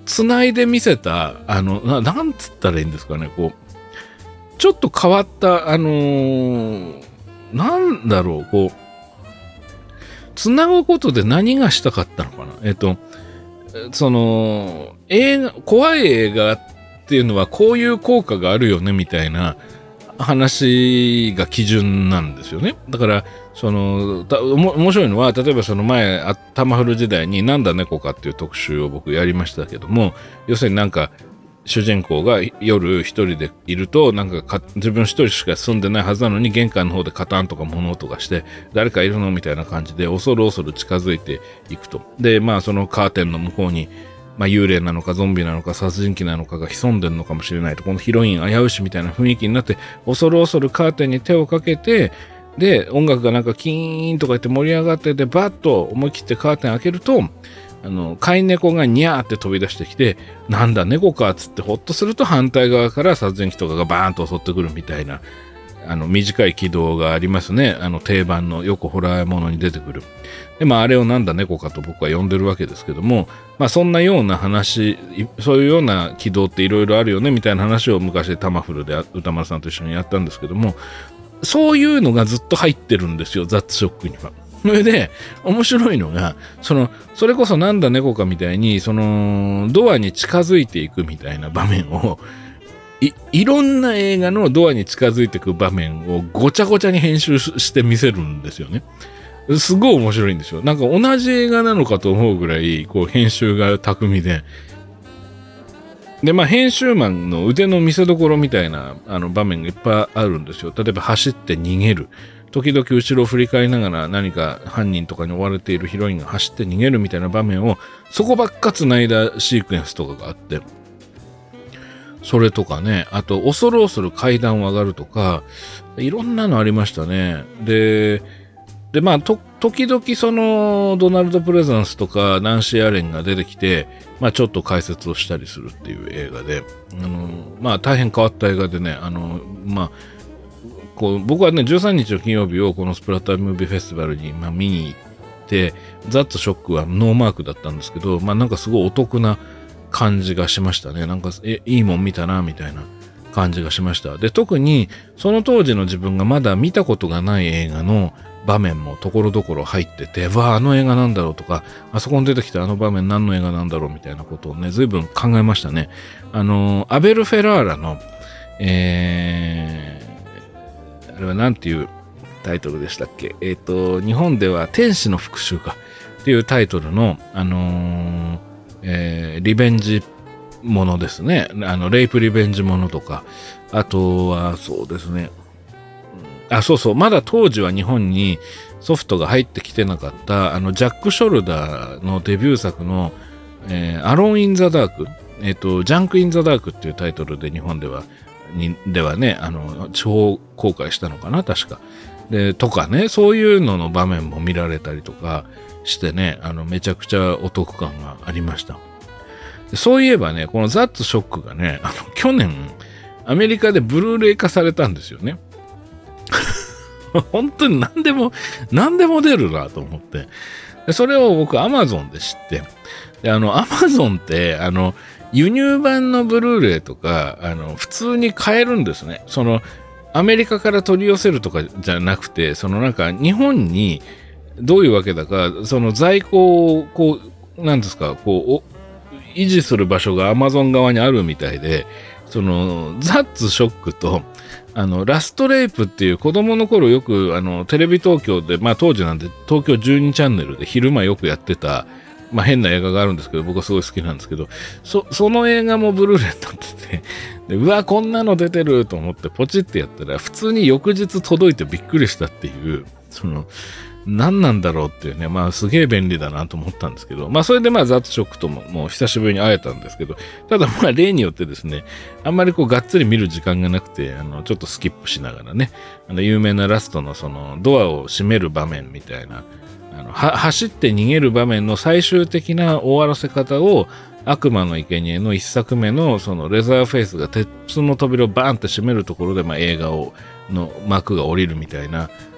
つないで見せた、あの、な、なんつったらいいんですかね、こう、ちょっと変わった、あのー、なんだろう、こう、つなぐことで何がしたかったのかな。えっと、その、映画、怖い映画っていうのはこういう効果があるよね、みたいな話が基準なんですよね。だから、その、たおも面白いのは、例えばその前、あタマフル時代になんだ猫かっていう特集を僕やりましたけども、要するになんか、主人公が夜一人でいると、なんかか自分一人しか住んでないはずなのに、玄関の方でカタンとか物音がして、誰かいるのみたいな感じで、恐る恐る近づいていくと。で、まあそのカーテンの向こうに、まあ幽霊なのかゾンビなのか殺人鬼なのかが潜んでるのかもしれないと、このヒロイン危うしみたいな雰囲気になって、恐る恐るカーテンに手をかけて、で、音楽がなんかキーンとか言って盛り上がって、で、バッと思い切ってカーテン開けると、あの、飼い猫がニャーって飛び出してきて、なんだ猫かっつってほっとすると反対側から殺人鬼とかがバーンと襲ってくるみたいな、あの、短い軌道がありますね。あの、定番のよくホラーものに出てくる。で、まあ、あれをなんだ猫かと僕は呼んでるわけですけども、まあ、そんなような話、そういうような軌道っていろいろあるよね、みたいな話を昔タマフルで歌丸さんと一緒にやったんですけども、そういうのがずっと入ってるんですよ、ザッツショックには。それで、面白いのが、その、それこそなんだ猫かみたいに、その、ドアに近づいていくみたいな場面を、い、いろんな映画のドアに近づいていく場面をごちゃごちゃに編集して見せるんですよね。すごい面白いんですよ。なんか同じ映画なのかと思うぐらい、こう、編集が巧みで、で、まあ、編集マンの腕の見せ所みたいな、あの、場面がいっぱいあるんですよ。例えば、走って逃げる。時々後ろを振り返りながら何か犯人とかに追われているヒロインが走って逃げるみたいな場面を、そこばっか繋いだシークエンスとかがあって、それとかね、あと、恐る恐る階段を上がるとか、いろんなのありましたね。で、で、まあ、と、時々その、ドナルド・プレゼンスとか、ナンシー・アレンが出てきて、まあ、ちょっと解説をしたりするっていう映画で、あの、まあ、大変変わった映画でね、あの、まあ、こう、僕はね、じゅうさんにちの金曜日をこのスプラッタームービーフェスティバルに、まあ、見に行って、ザッツショックはノーマークだったんですけど、まあ、なんかすごいお得な感じがしましたね。なんか、え、いいもん見たな、みたいな感じがしました。で、特に、その当時の自分がまだ見たことがない映画の場面もところどころ入ってて、わあ、あの映画なんだろうとか、あそこに出てきたあの場面何の映画なんだろうみたいなことをね、随分考えましたね。あの、アベル・フェラーラの、えー、あれはなんていうタイトルでしたっけ？えっと、日本では天使の復讐かっていうタイトルの、あのーえー、リベンジものですね。あの、レイプリベンジものとか、あとはそうですね、あ、そうそう、まだ当時は日本にソフトが入ってきてなかった、あの、ジャック・ショルダーのデビュー作の、えー、アローン・イン・ザ・ダーク、えっと、ジャンク・イン・ザ・ダークっていうタイトルで日本では、に、ではね、あの、地方公開したのかな、確か。で、とかね、そういうのの場面も見られたりとかしてね、あの、めちゃくちゃお得感がありました。そういえばね、このザッツショックがね、あの、去年、アメリカでブルーレイ化されたんですよね。本当に何でも、何でも出るなと思って。でそれを僕、アマゾンで知って。で、あの、アマゾンって、あの、輸入版のブルーレイとか、あの、普通に買えるんですね。その、アメリカから取り寄せるとかじゃなくて、そのなんか、日本にどういうわけだか、その在庫を、こう、なんですか、こう、維持する場所がアマゾン側にあるみたいで、その、ザッツショックと、あの、ラストレイプっていう子供の頃よく、あの、テレビ東京で、まあ当時なんで東京じゅうにチャンネルで昼間よくやってた、まあ変な映画があるんですけど、僕はすごい好きなんですけど、そ、その映画もブルーレイになってて、でうわ、こんなの出てると思ってポチってやったら、普通に翌日届いてびっくりしたっていう、その、何なんだろうっていうね、まあすげえ便利だなと思ったんですけど、まあそれでまあザッツショックとももう久しぶりに会えたんですけど、ただまあ例によってですね、あんまりこうがっつり見る時間がなくて、あのちょっとスキップしながらね、あの有名なラストのそのドアを閉める場面みたいな、あのは走って逃げる場面の最終的な終わらせ方を、悪魔の生贄の一作目のそのレザーフェイスが鉄の扉をバーンって閉めるところで、まあ映画をの幕が降りるみたいな、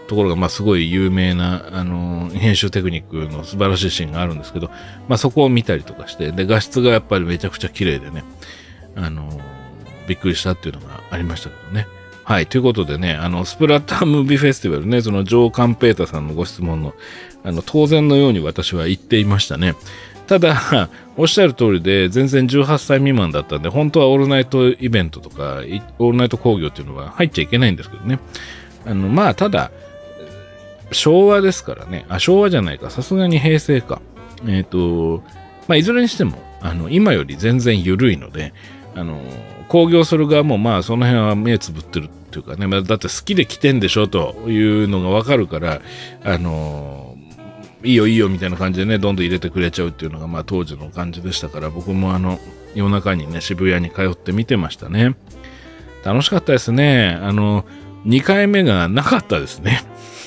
ところが、まあ、すごい有名な、あの、編集テクニックの素晴らしいシーンがあるんですけど、まあ、そこを見たりとかして、で、画質がやっぱりめちゃくちゃ綺麗でね、あの、びっくりしたっていうのがありましたけどね。はい。ということでね、あの、スプラッタームービーフェスティバルね、そのジョー・カンペータさんのご質問の、あの、当然のように私は言っていましたね。ただ、おっしゃる通りで、全然じゅうはっさい未満だったんで、本当はオールナイトイベントとか、オールナイト興行っていうのは入っちゃいけないんですけどね。あの、まあ、ただ、昭和ですからね。あ、昭和じゃないか。さすがに平成か。えっと、まあ、いずれにしても、あの、今より全然緩いので、あの、興行する側もまあその辺は目つぶってるっていうかね、まあ、だって好きで来てんでしょというのがわかるから、あのいいよいいよみたいな感じでね、どんどん入れてくれちゃうっていうのがまあ当時の感じでしたから、僕もあの夜中にね渋谷に通って見てましたね。楽しかったですね。あのにかいめがなかったですね。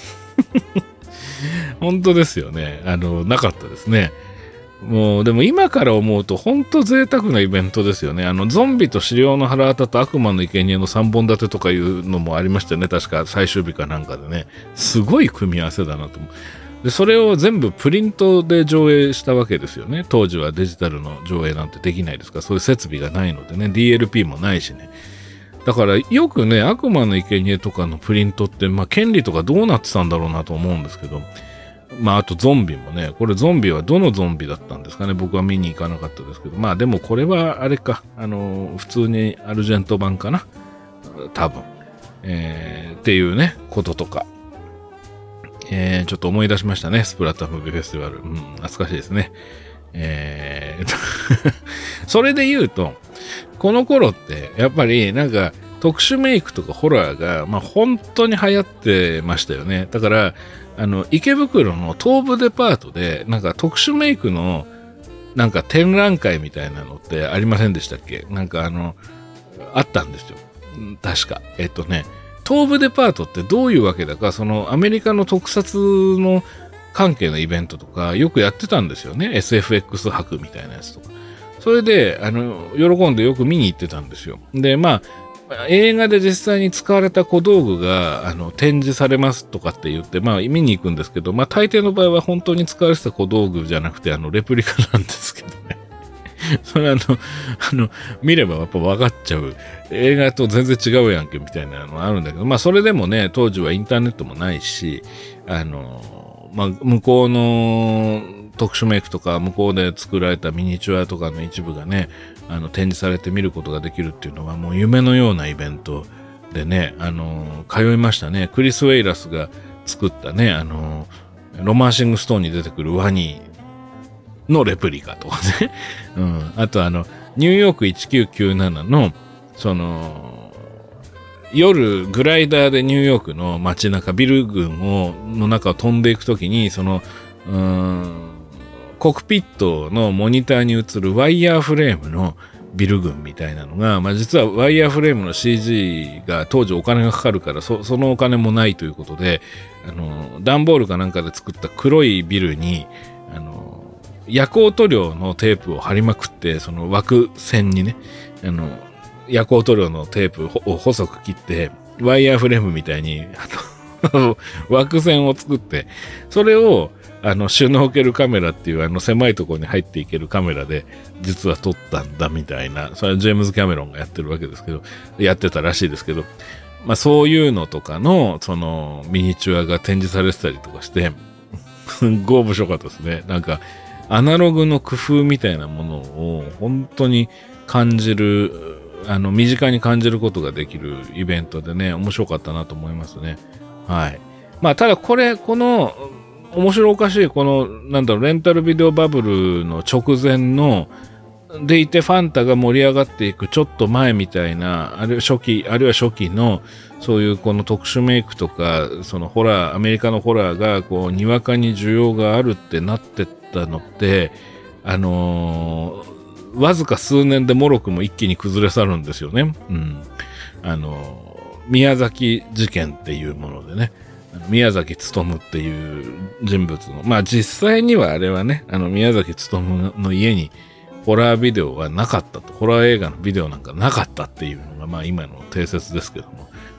本当ですよね。あのなかったですね。もうでも今から思うと本当贅沢なイベントですよね。あのゾンビと死霊の腹渡と悪魔の生贄のさんぼん立てとかいうのもありましたよね。確か最終日かなんかでね。すごい組み合わせだなと思う。でそれを全部プリントで上映したわけですよね。当時はデジタルの上映なんてできないですから、そういう設備がないのでね、 ディーエルピー もないしね。だからよくね悪魔の生贄とかのプリントってまあ権利とかどうなってたんだろうなと思うんですけど、まああとゾンビもね、これゾンビはどのゾンビだったんですかね。僕は見に行かなかったですけど、まあでもこれはあれか、あの普通にアルジェント版かな多分、えー、っていうねこととか、えー、ちょっと思い出しましたね。スプラッタームービーフェスティバル、うん、懐かしいですね。えー、それで言うとこの頃ってやっぱりなんか特殊メイクとかホラーがまあ本当に流行ってましたよね。だからあの池袋の東武デパートでなんか特殊メイクのなんか展覧会みたいなのってありませんでしたっけ？なんかあのあったんですよ。確かえっとね東武デパートってどういうわけだか、そのアメリカの特撮の関係のイベントとかよくやってたんですよね。 エスエフエックス 博みたいなやつとか。それであの喜んでよく見に行ってたんですよ。でまあ映画で実際に使われた小道具があの展示されますとかって言って、まあ見に行くんですけど、まあ大抵の場合は本当に使われてた小道具じゃなくて、あのレプリカなんですけどね。それあの、あの、見ればやっぱ分かっちゃう。映画と全然違うやんけみたいなのあるんだけど、まあそれでもね、当時はインターネットもないし、あの、まあ向こうの特殊メイクとか向こうで作られたミニチュアとかの一部がね、あの展示されて見ることができるっていうのはもう夢のようなイベントでね、あの通いましたね。クリス・ウェイラスが作ったね、あのロマンシングストーンに出てくるワニのレプリカとかね、うん、あとあのニューヨークせんきゅうひゃくきゅうじゅうななのその夜グライダーでニューヨークの街中ビル群をの中を飛んでいくときにそのうーんコックピットのモニターに映るワイヤーフレームのビル群みたいなのが、まあ、実はワイヤーフレームの シージー が当時お金がかかるから そ, そのお金もないということで、あの段ボールかなんかで作った黒いビルにあの夜光塗料のテープを貼りまくって、その枠線にねあの夜光塗料のテープを細く切ってワイヤーフレームみたいにあの枠線を作って、それをあのシュノーケルカメラっていうあの狭いところに入っていけるカメラで実は撮ったんだみたいな、それはジェームズ・キャメロンがやってるわけですけど、やってたらしいですけど、まあそういうのとかのそのミニチュアが展示されてたりとかしてすんごい面白かったですね。なんかアナログの工夫みたいなものを本当に感じる、あの身近に感じることができるイベントでね、面白かったなと思いますね。はい。まあただこれこの面白おかしいこのなんだろうレンタルビデオバブルの直前のでいてファンタが盛り上がっていくちょっと前みたいな、あるいは初期あるいは初期のそういうこの特殊メイクとかそのホラーアメリカのホラーがこうにわかに需要があるってなってったのってあのー、わずか数年でもろくも一気に崩れ去るんですよね。うん、あのー、宮崎事件っていうものでね。宮崎勉っていう人物の、まあ実際にはあれはね、あの宮崎勉の家にホラービデオはなかったと、ホラー映画のビデオなんかなかったっていうのがまあ今の定説ですけども、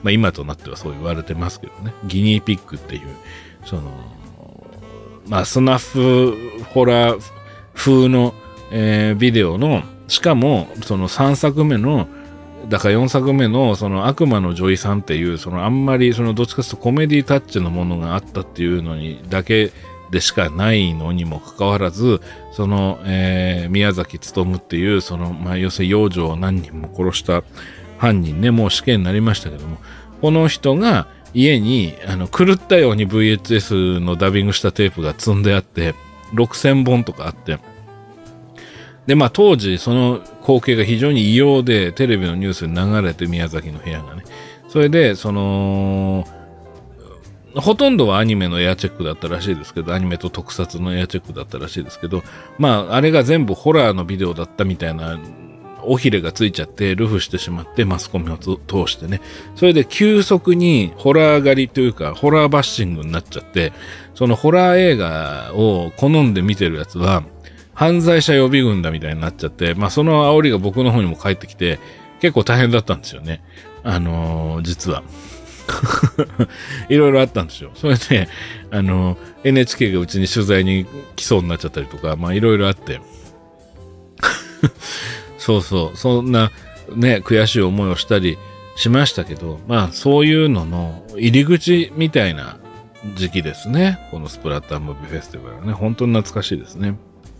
まあ今となってはそう言われてますけどね。ギニーピッグっていう、その、まあスナフホラー風の、えー、ビデオの、しかもそのさんさくめの、だからよんさくめのその悪魔の女医さんっていう、そのあんまりそのどっちかというとコメディタッチのものがあったっていうのにだけでしかないのにもかかわらず、その、えー、宮崎勉っていう、その、まあ要するに幼女を何人も殺した犯人ね、もう死刑になりましたけども、この人が家にあの狂ったように ブイエイチエス のダビングしたテープが積んであって、ろくせんぼんとかあって、で、まあ当時その光景が非常に異様で、テレビのニュースに流れて、宮崎の部屋がね。それで、その、ほとんどはアニメのエアチェックだったらしいですけど、アニメと特撮のエアチェックだったらしいですけど、まああれが全部ホラーのビデオだったみたいな、尾ひれがついちゃって、ルフしてしまって、マスコミを通してね。それで急速にホラー狩りというか、ホラーバッシングになっちゃって、そのホラー映画を好んで見てるやつは、犯罪者予備軍だみたいになっちゃって、まあその煽りが僕の方にも返ってきて、結構大変だったんですよね。あのー、実は。いろいろあったんですよ。それで、あのー、エヌエイチケー がうちに取材に来そうになっちゃったりとか、まあいろいろあって。そうそう、そんなね、悔しい思いをしたりしましたけど、まあそういうのの入り口みたいな時期ですね。このスプラッタームービーフェスティバルはね、本当に懐かしいですね。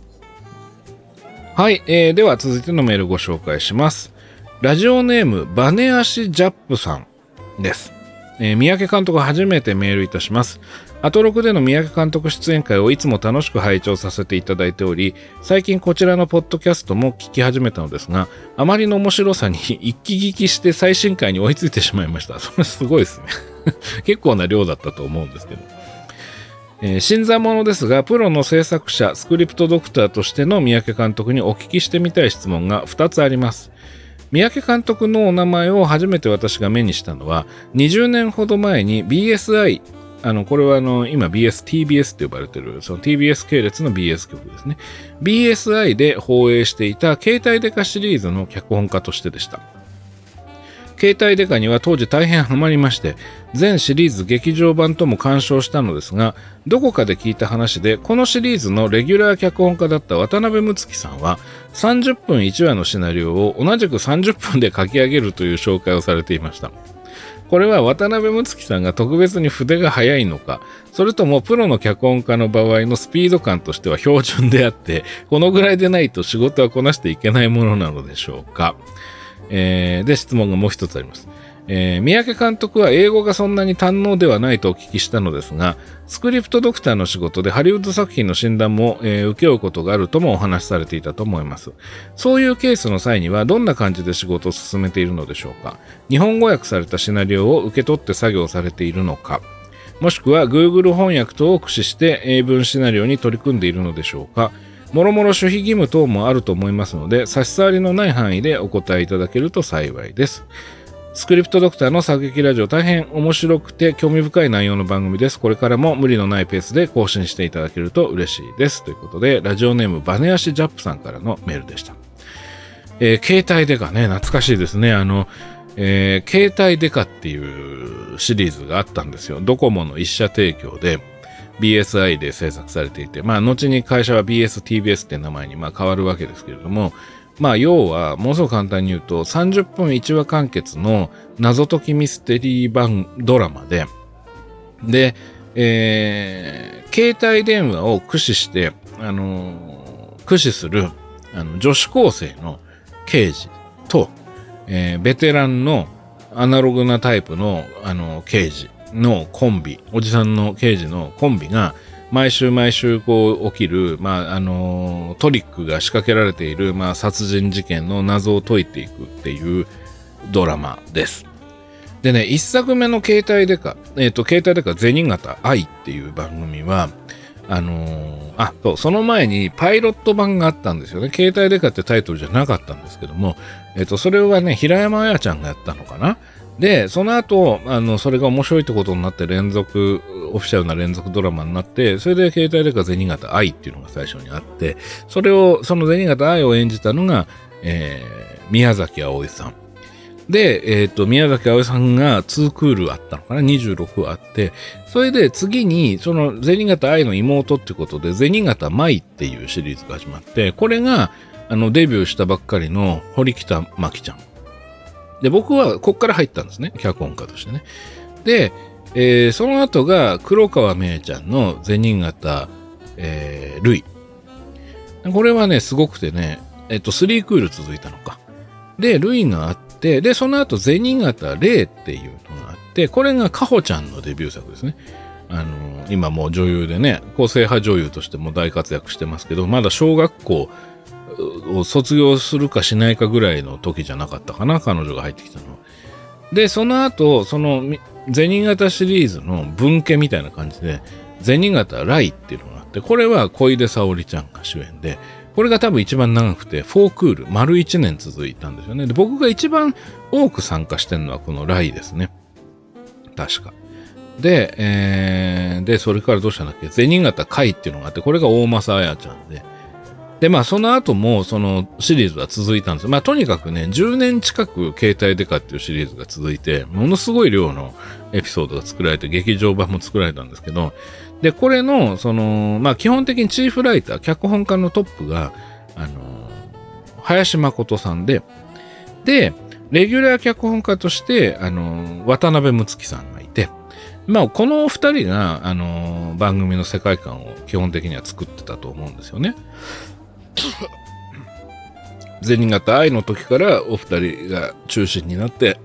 はい、えー、では続いてのメールご紹介します。ラジオネームバネアシジャップさんです。えー、三宅監督初めてメールいたします。アトロクでの三宅監督出演会をいつも楽しく拝聴させていただいており、最近こちらのポッドキャストも聞き始めたのですが、あまりの面白さに一気聞きして最新回に追いついてしまいました。それすごいですね。結構な量だったと思うんですけど。えー、新参者ですが、プロの制作者、スクリプトドクターとしての三宅監督にお聞きしてみたい質問がふたつあります。三宅監督のお名前を初めて私が目にしたのは、にじゅうねんほど前に ビーエスアイ、あの、これはあの、今 ビーエス、ティービーエス って呼ばれている、その ティービーエス 系列の ビーエス 局ですね。ビーエスアイ で放映していた携帯デカシリーズの脚本家としてでした。携帯デカには当時大変ハマりまして、全シリーズ劇場版とも鑑賞したのですが、どこかで聞いた話で、このシリーズのレギュラー脚本家だった渡辺睦月さんは、さんじゅっぷんいちわのシナリオを同じくさんじゅっぷんで書き上げるという紹介をされていました。これは渡辺睦月さんが特別に筆が早いのか、それともプロの脚本家の場合のスピード感としては標準であって、このぐらいでないと仕事はこなしていけないものなのでしょうか。えー、で、質問がもう一つあります。えー、三宅監督は英語がそんなに堪能ではないとお聞きしたのですが、スクリプトドクターの仕事でハリウッド作品の診断も、えー、請け負うことがあるともお話しされていたと思います。そういうケースの際にはどんな感じで仕事を進めているのでしょうか。日本語訳されたシナリオを受け取って作業されているのか、もしくは Google 翻訳等を駆使して英文シナリオに取り組んでいるのでしょうか。もろもろ守秘義務等もあると思いますので、差し障りのない範囲でお答えいただけると幸いです。スクリプトドクターの作劇ラジオ、大変面白くて興味深い内容の番組です。これからも無理のないペースで更新していただけると嬉しいです。ということで、ラジオネームバネアシジャップさんからのメールでした。えー、携帯デカね、懐かしいですね。あの、えー、携帯デカっていうシリーズがあったんですよ。ドコモの一社提供で、ビーエスアイ で制作されていて、まあ、後に会社は ビーエス、ティービーエス って名前にまあ変わるわけですけれども、まあ、要は、ものすごく簡単に言うと、さんじゅっぷんいちわ完結の謎解きミステリー版ドラマで、で、えー、携帯電話を駆使して、あのー、駆使する、あの、女子高生の刑事と、えー、ベテランのアナログなタイプの、あの、刑事のコンビ、おじさんの刑事のコンビが、毎週毎週こう起きる、まあ、あのー、トリックが仕掛けられている、まあ、殺人事件の謎を解いていくっていうドラマです。でね、一作目の携帯デカ、えっと、携帯デカ銭形愛っていう番組は、あのー、あ、そう、その前にパイロット版があったんですよね。携帯デカってタイトルじゃなかったんですけども、えっと、それはね、平山綾ちゃんがやったのかな。で、その後、あの、それが面白いってことになって連続、オフィシャルな連続ドラマになって、それで携帯デカ銭形愛っていうのが最初にあって、それを、その銭形愛を演じたのが、えー、宮崎あおいさん。 で、えっと、宮崎あおいさんがにクールあったのかな ?にじゅうろく あって、それで次に、その、銭形愛の妹ってことで、銭形舞っていうシリーズが始まって、これが、あの、デビューしたばっかりの堀北真希ちゃん。で、僕はこっから入ったんですね。脚本家としてね。で、えー、その後が黒川芽衣ちゃんの銭形、えー、ルイ。これはね、すごくてね、えっと、さんクール続いたのか。で、ルイがあって、で、その後、銭形レイっていうのがあって、これがカホちゃんのデビュー作ですね。あのー、今もう女優でね、個性派女優としても大活躍してますけど、まだ小学校を卒業するかしないかぐらいの時じゃなかったかな、彼女が入ってきたのは。で、その後、その、銭形シリーズの分家みたいな感じで、銭形ライっていうのがあって、これは小出沙織ちゃんが主演で、これが多分一番長くて、よんクール、丸いちねん続いたんですよね。で、僕が一番多く参加してるのはこのライですね。確か。で、えー、で、それからどうしたんだっけ、銭形海っていうのがあって、これが大政彩ちゃんで、で、まあ、その後も、そのシリーズは続いたんですよ。まあ、とにかくね、じゅうねん近く携帯デカっていうシリーズが続いて、ものすごい量のエピソードが作られて、劇場版も作られたんですけど、で、これの、その、まあ、基本的にチーフライター、脚本家のトップが、あの、林誠さんで、で、レギュラー脚本家として、あの、渡辺睦月さんがいて、まあ、この二人が、あの、番組の世界観を基本的には作ってたと思うんですよね。銭形愛の時からお二人が中心になって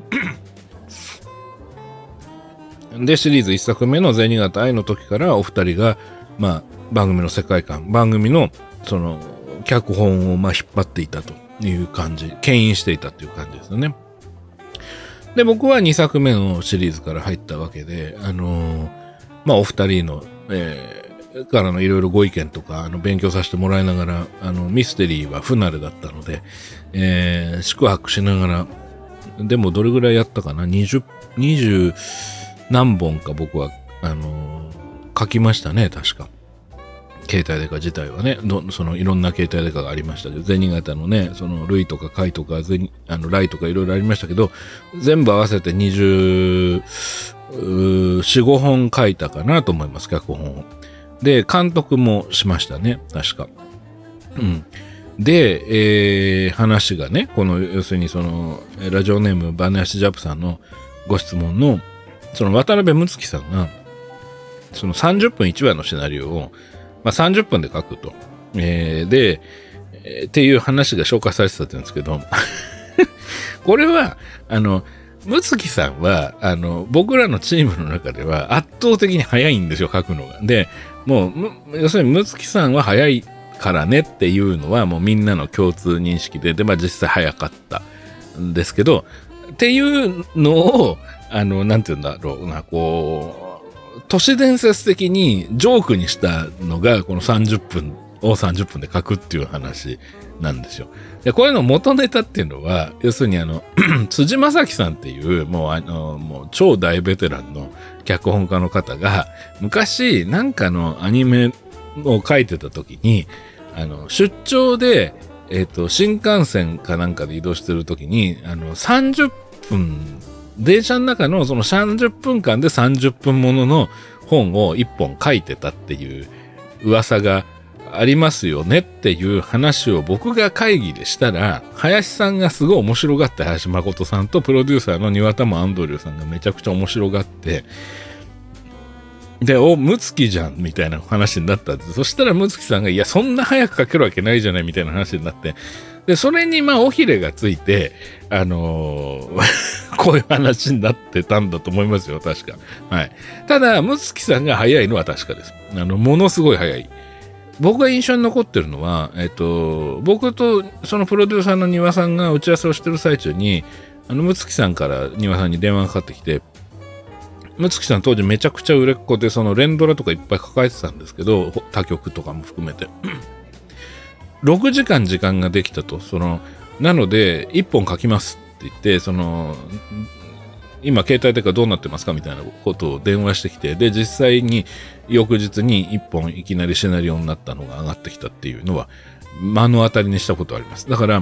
でシリーズいっさくめの銭形愛の時からお二人がまあ番組の世界観番組のその脚本をまあ引っ張っていたという感じ牽引していたという感じですよね。で僕はにさくめのシリーズから入ったわけであのー、まあお二人の、えーからのいろいろご意見とかあの勉強させてもらいながらあのミステリーは不慣れだったので、えー、宿泊しながらでもどれぐらいやったかなにじゅう、にじゅう何本か僕はあのー、書きましたね確か携帯デカ自体はねどそのいろんな携帯デカがありましたけど銭形のねそのルイとかカイとかあのライとかいろいろありましたけど全部合わせてにじゅうよん、ごほん書いたかなと思います脚本を。で、監督もしましたね、確か。うん。で、えー、話がね、この、要するにその、ラジオネームバネアシジャプさんのご質問の、その渡辺睦月さんが、そのさんじゅっぷんいちわのシナリオを、まあ、さんじゅっぷんで書くと。えー、で、えー、っていう話が紹介されてたって言うんですけど、これは、あの、睦月さんは、あの、僕らのチームの中では圧倒的に早いんですよ、書くのが。で、もう、要するに、睦月さんは早いからねっていうのは、もうみんなの共通認識で、で、まあ実際早かったんですけど、っていうのを、あの、なんて言うんだろうな、こう、都市伝説的にジョークにしたのが、このさんじゅっぷんをさんじゅっぷんで書くっていう話なんですよ。で、これの元ネタっていうのは、要するにあの、辻正樹さんっていう、もうあの、もう超大ベテランの脚本家の方が、昔、なんかのアニメを書いてた時に、あの、出張で、えっと、新幹線かなんかで移動してる時に、あの、さんじゅっぷん、電車の中のそのさんじゅっぷんかんでさんじゅっぷんものの本をいっぽん書いてたっていう噂がありますよねっていう話を僕が会議でしたら、林さんがすごい面白がって、林誠さんとプロデューサーの庭田もアンドリューさんがめちゃくちゃ面白がって、で、お、睦月じゃんみたいな話になったんです。そしたら睦月さんが、いや、そんな早く書けるわけないじゃないみたいな話になって、で、それにまあ、尾ひれがついて、あのー、こういう話になってたんだと思いますよ、確か。はい。ただ、睦月さんが早いのは確かです。あの、ものすごい早い。僕が印象に残ってるのは、えっと、僕とそのプロデューサーの庭さんが打ち合わせをしてる最中に、あの、睦月さんから庭さんに電話がかかってきて、睦月さん当時めちゃくちゃ売れっ子で、その連ドラとかいっぱい抱えてたんですけど、他局とかも含めて。ろくじかん時間ができたと。その、なので、いっぽん書きますって言って、その、今携帯とかどうなってますかみたいなことを電話してきて、で、実際に翌日にいっぽんいきなりシナリオになったのが上がってきたっていうのは、目の当たりにしたことあります。だから、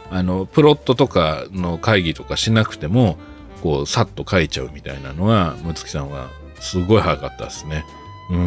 あのプロットとかの会議とかしなくてもこうさっと書いちゃうみたいなのはむつきさんはすごい早かったですね。うん、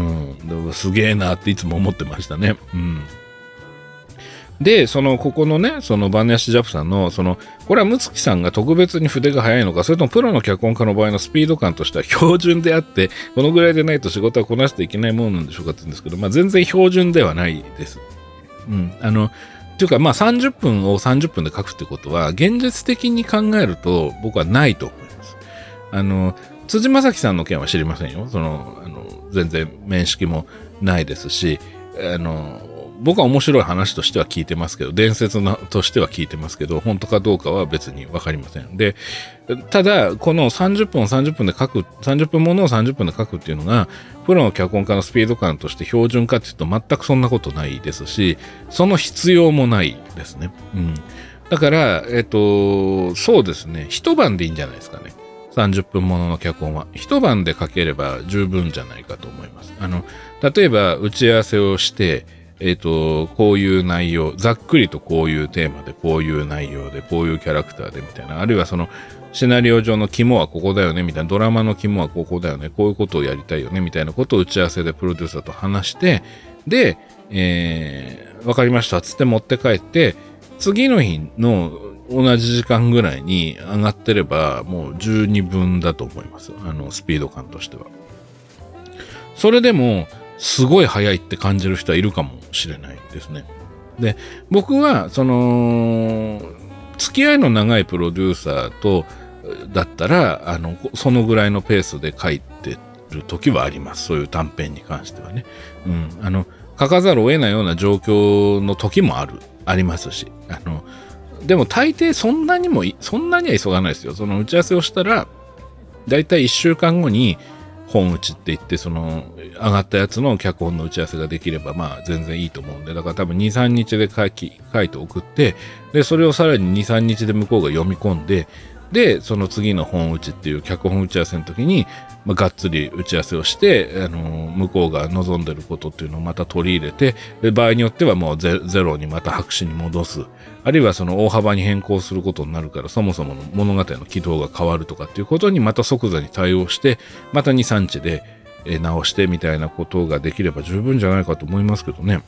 でもすげえなっていつも思ってましたね。うん。で、その、ここのね、そのバネヤシジャプさんの、その、これはむつきさんが特別に筆が早いのか、それともプロの脚本家の場合のスピード感としては標準であって、このぐらいでないと仕事はこなしていけないものなんでしょうかって言うんですけど、まあ全然標準ではないです。うん。あの、というか、まあさんじゅっぷんをさんじゅっぷんで書くってことは、現実的に考えると僕はないと思います。あの、辻正樹さんの件は知りませんよ。その、あの、全然面識もないですし、あの、僕は面白い話としては聞いてますけど、伝説のとしては聞いてますけど、本当かどうかは別にわかりません。で、ただ、このさんじゅっぷんをさんじゅっぷんで書く、さんじゅっぷんものをさんじゅっぷんで書くっていうのが、プロの脚本家のスピード感として標準かっていうと全くそんなことないですし、その必要もないですね。うん。だから、えっと、そうですね、一晩でいいんじゃないですかね。さんじゅっぷんものの脚本は。一晩で書ければ十分じゃないかと思います。あの、例えば打ち合わせをして、えっと、こういう内容、ざっくりとこういうテーマで、こういう内容で、こういうキャラクターでみたいな、あるいはその、シナリオ上の肝はここだよね、みたいな、ドラマの肝はここだよね、こういうことをやりたいよね、みたいなことを打ち合わせでプロデューサーと話して、で、えー、わかりました、つって持って帰って、次の日の同じ時間ぐらいに上がってれば、もう十二分だと思います。あの、スピード感としては。それでも、すごい速いって感じる人はいるかもしれないですね。で、僕は、その、付き合いの長いプロデューサーと、だったら、あの、そのぐらいのペースで書いてる時はあります。そういう短編に関してはね。うん。あの、書かざるを得ないような状況の時もある、ありますし。あの、でも大抵そんなにも、そんなには急がないですよ。その打ち合わせをしたら、だいたいいっしゅうかんごに、本打ちって言って、その、上がったやつの脚本の打ち合わせができれば、まあ、全然いいと思うんで、だから多分に、さんにちで書き、書いて送って、で、それをさらにに、さんにちで向こうが読み込んで、で、その次の本打ちっていう脚本打ち合わせの時に、まあ、がっつり打ち合わせをして、あの、向こうが望んでることっていうのをまた取り入れて、で場合によってはもう ゼ, ゼロにまた白紙に戻す。あるいはその大幅に変更することになるから、そもそもの物語の軌道が変わるとかっていうことにまた即座に対応して、またに、さんにちで直してみたいなことができれば十分じゃないかと思いますけどね。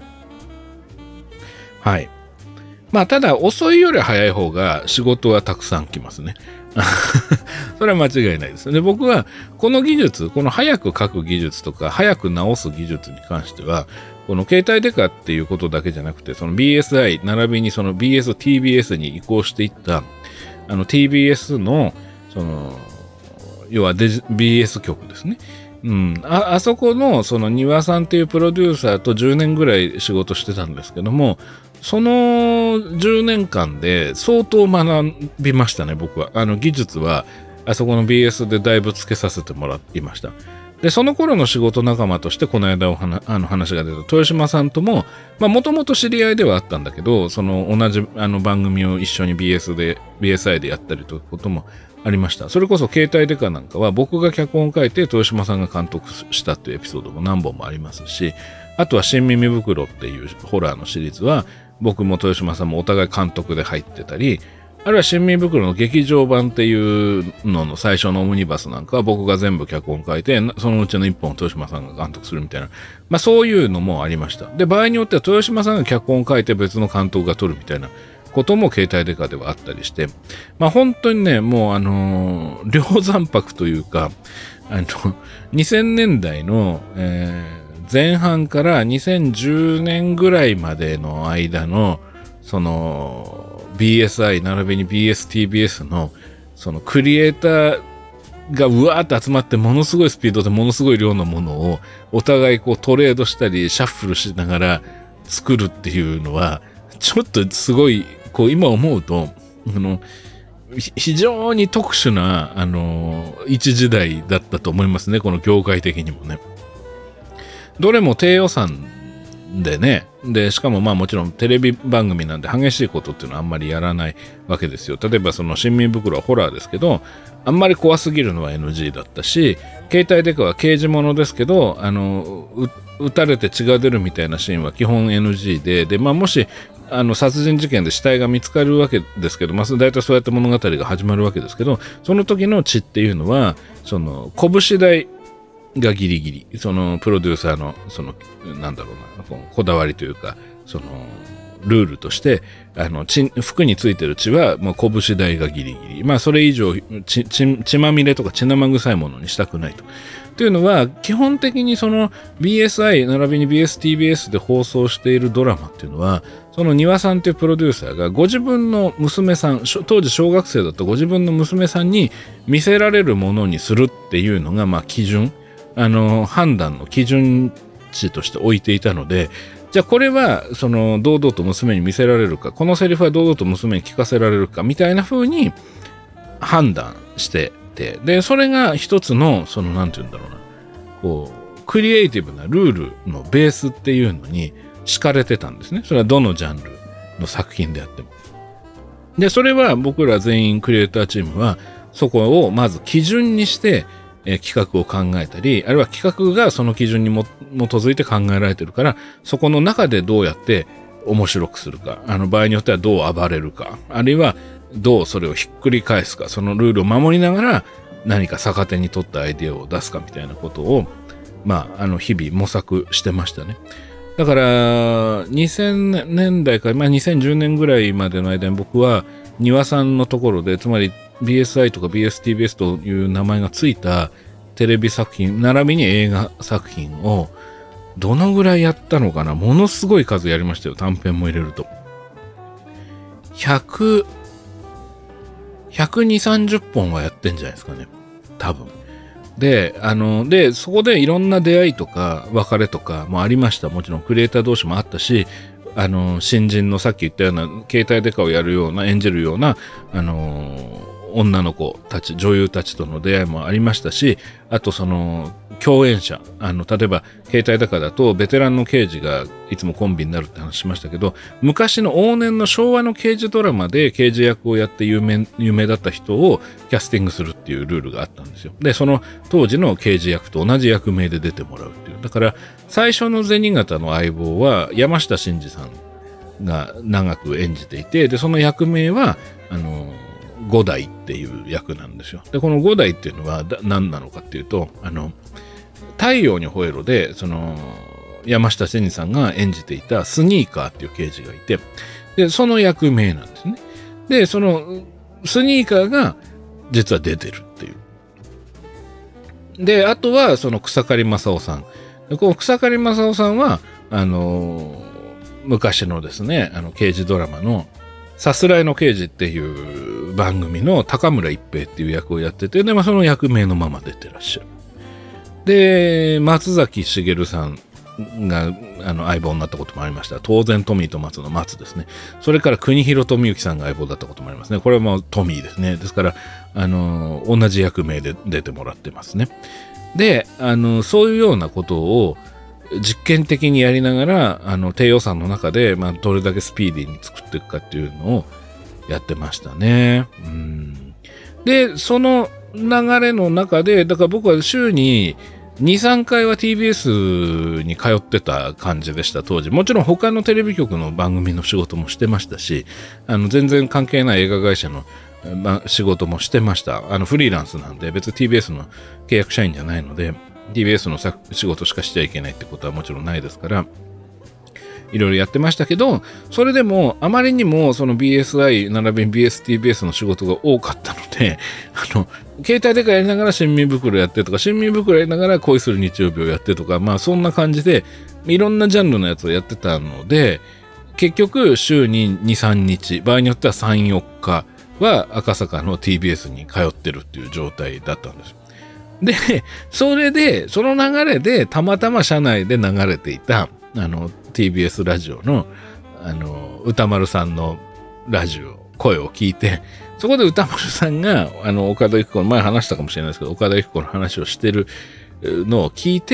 はい。まあ、ただ遅いより早い方が仕事はたくさん来ますね。それは間違いないです。で、僕はこの技術、この早く書く技術とか早く直す技術に関しては、この携帯デカっていうことだけじゃなくて、その ビーエスアイ 並びにその ビーエス、ティービーエス に移行していった、あの ティービーエス の、その、要はデジ ビーエス 局ですね。うん。あ、あそこの、その庭さんっていうプロデューサーとじゅうねんぐらい仕事してたんですけども、そのじゅうねんかんで相当学びましたね、僕は。あの技術は、あそこの ビーエス でだいぶつけさせてもらいました。で、その頃の仕事仲間として、この間お話あの話が出た豊島さんとも、まあもともと知り合いではあったんだけど、その同じあの番組を一緒に ビーエス で、ビーエスアイ でやったりということもありました。それこそ携帯デカなんかは僕が脚本を書いて豊島さんが監督したっていうエピソードも何本もありますし、あとは新耳袋っていうホラーのシリーズは、僕も豊島さんもお互い監督で入ってたり、あるいは新耳袋の劇場版っていうのの最初のオムニバスなんかは僕が全部脚本書いて、そのうちの一本を豊島さんが監督するみたいな、まあそういうのもありました。で、場合によっては豊島さんが脚本書いて別の監督が撮るみたいなことも携帯デカではあったりして、まあ本当にね、もうあのー、両残白というか、あの、にせんねんだいの、えー前半からにせんじゅうねんぐらいまでの間の、その ビーエスアイ 並びに ビーエスティービーエス のそのクリエイターがうわーって集まってものすごいスピードでものすごい量のものをお互いこうトレードしたりシャッフルしながら作るっていうのはちょっとすごいこう今思うとあの非常に特殊なあの一時代だったと思いますね、この業界的にもね。どれも低予算でね。で、しかもまあもちろんテレビ番組なんで激しいことっていうのはあんまりやらないわけですよ。例えばその新民袋はホラーですけど、あんまり怖すぎるのは エヌジー だったし、携帯デカは刑事物ですけど、あの、撃たれて血が出るみたいなシーンは基本 エヌジー で、で、まあもし、あの殺人事件で死体が見つかるわけですけど、まあ、大体そうやって物語が始まるわけですけど、その時の血っていうのはその拳代がギリギリ、そのプロデューサーのそのなんだろうな、こだわりというか、そのルールとして、あの血服についてる血はもう拳代がギリギリ、まあそれ以上血、血、血まみれとか血生臭いものにしたくないと。というのは基本的にその ビーエスアイ 並びに ビーエスティービーエス で放送しているドラマっていうのは、その庭さんというプロデューサーがご自分の娘さん、当時小学生だったご自分の娘さんに見せられるものにするっていうのがまあ基準、あの判断の基準値として置いていたので、じゃあこれはその堂々と娘に見せられるか、このセリフは堂々と娘に聞かせられるかみたいな風に判断してて、でそれが一つのそのなんていうんだろうな、こうクリエイティブなルールのベースっていうのに敷かれてたんですね。それはどのジャンルの作品であっても。でそれは僕ら全員クリエイターチームはそこをまず基準にしてえ企画を考えたり、あるいは企画がその基準にも基づいて考えられてるから、そこの中でどうやって面白くするか、あの場合によってはどう暴れるか、あるいはどうそれをひっくり返すか、そのルールを守りながら何か逆手に取ったアイデアを出すかみたいなことを、まあ、あの日々模索してましたね。だからにせんねんだいから、まあ、にせんじゅうねんぐらいまでの間に僕は庭さんのところで、つまり ビーエスアイ とか ビーエスティービーエス という名前がついたテレビ作品並びに映画作品をどのぐらいやったのかな。ものすごい数やりましたよ、短編も入れると。ひゃく、ひゃくにじゅう、さんじゅっぽんはやってんじゃないですかね、多分。で、あの、で、そこでいろんな出会いとか別れとかもありました。もちろんクリエイター同士もあったし、あの、新人のさっき言ったような携帯デカをやるような、演じるような、あの、女の子たち、女優たちとの出会いもありましたし、あとその、共演者、あの、例えば、携帯デカだと、ベテランの刑事がいつもコンビになるって話しましたけど、昔の往年の昭和の刑事ドラマで刑事役をやって有名、有名だった人をキャスティングするっていうルールがあったんですよ。で、その当時の刑事役と同じ役名で出てもらうっていう。だから、最初の銭形の相棒は山下真司さんが長く演じていて、で、その役名は、あの、五代っていう役なんですよ。で、この五代っていうのは何なのかっていうと、あの、太陽にほえろで、その、山下真司さんが演じていたスニーカーっていう刑事がいて、で、その役名なんですね。で、その、スニーカーが実は出てるっていう。で、あとは、その草刈正雄さん。でこの草刈正雄さんは、あの、昔のですね、あの、刑事ドラマの、さすらいの刑事っていう番組の高村一平っていう役をやってて、で、まあ、その役名のまま出てらっしゃる。で、松崎しげるさんがあの相棒になったこともありました。当然トミーと松の松ですね。それから国広富之さんが相棒だったこともありますね。これはもうトミーですね。ですから、あの、同じ役名で出てもらってますね。で、あの、そういうようなことを実験的にやりながら、あの、低予算の中で、まあ、どれだけスピーディーに作っていくかっていうのをやってましたね。うん。で、その流れの中で、だから僕は週にに、さんかいは ティービーエス に通ってた感じでした、当時。もちろん他のテレビ局の番組の仕事もしてましたし、あの、全然関係ない映画会社の、ま、仕事もしてました。あの、フリーランスなんで、別に ティービーエス の契約社員じゃないので、ティービーエス の仕事しかしちゃいけないってことはもちろんないですから、いろいろやってましたけど、それでもあまりにもその ビーエスアイ 並びに ビーエスティービーエス の仕事が多かったので、あの、携帯デカやりながら新民袋やってとか、新民袋やりながら恋する日曜日をやってとか、まあそんな感じで、いろんなジャンルのやつをやってたので、結局週にに、さんにち、場合によってはさん、よっかは赤坂の ティービーエス に通ってるっていう状態だったんです。で、それで、その流れでたまたま社内で流れていた、あの、ティービーエス ラジオの、あの、歌丸さんのラジオ、声を聞いて、そこで歌丸さんが、あの、岡田由紀子の前話したかもしれないですけど、岡田由紀子の話をしてるのを聞いて、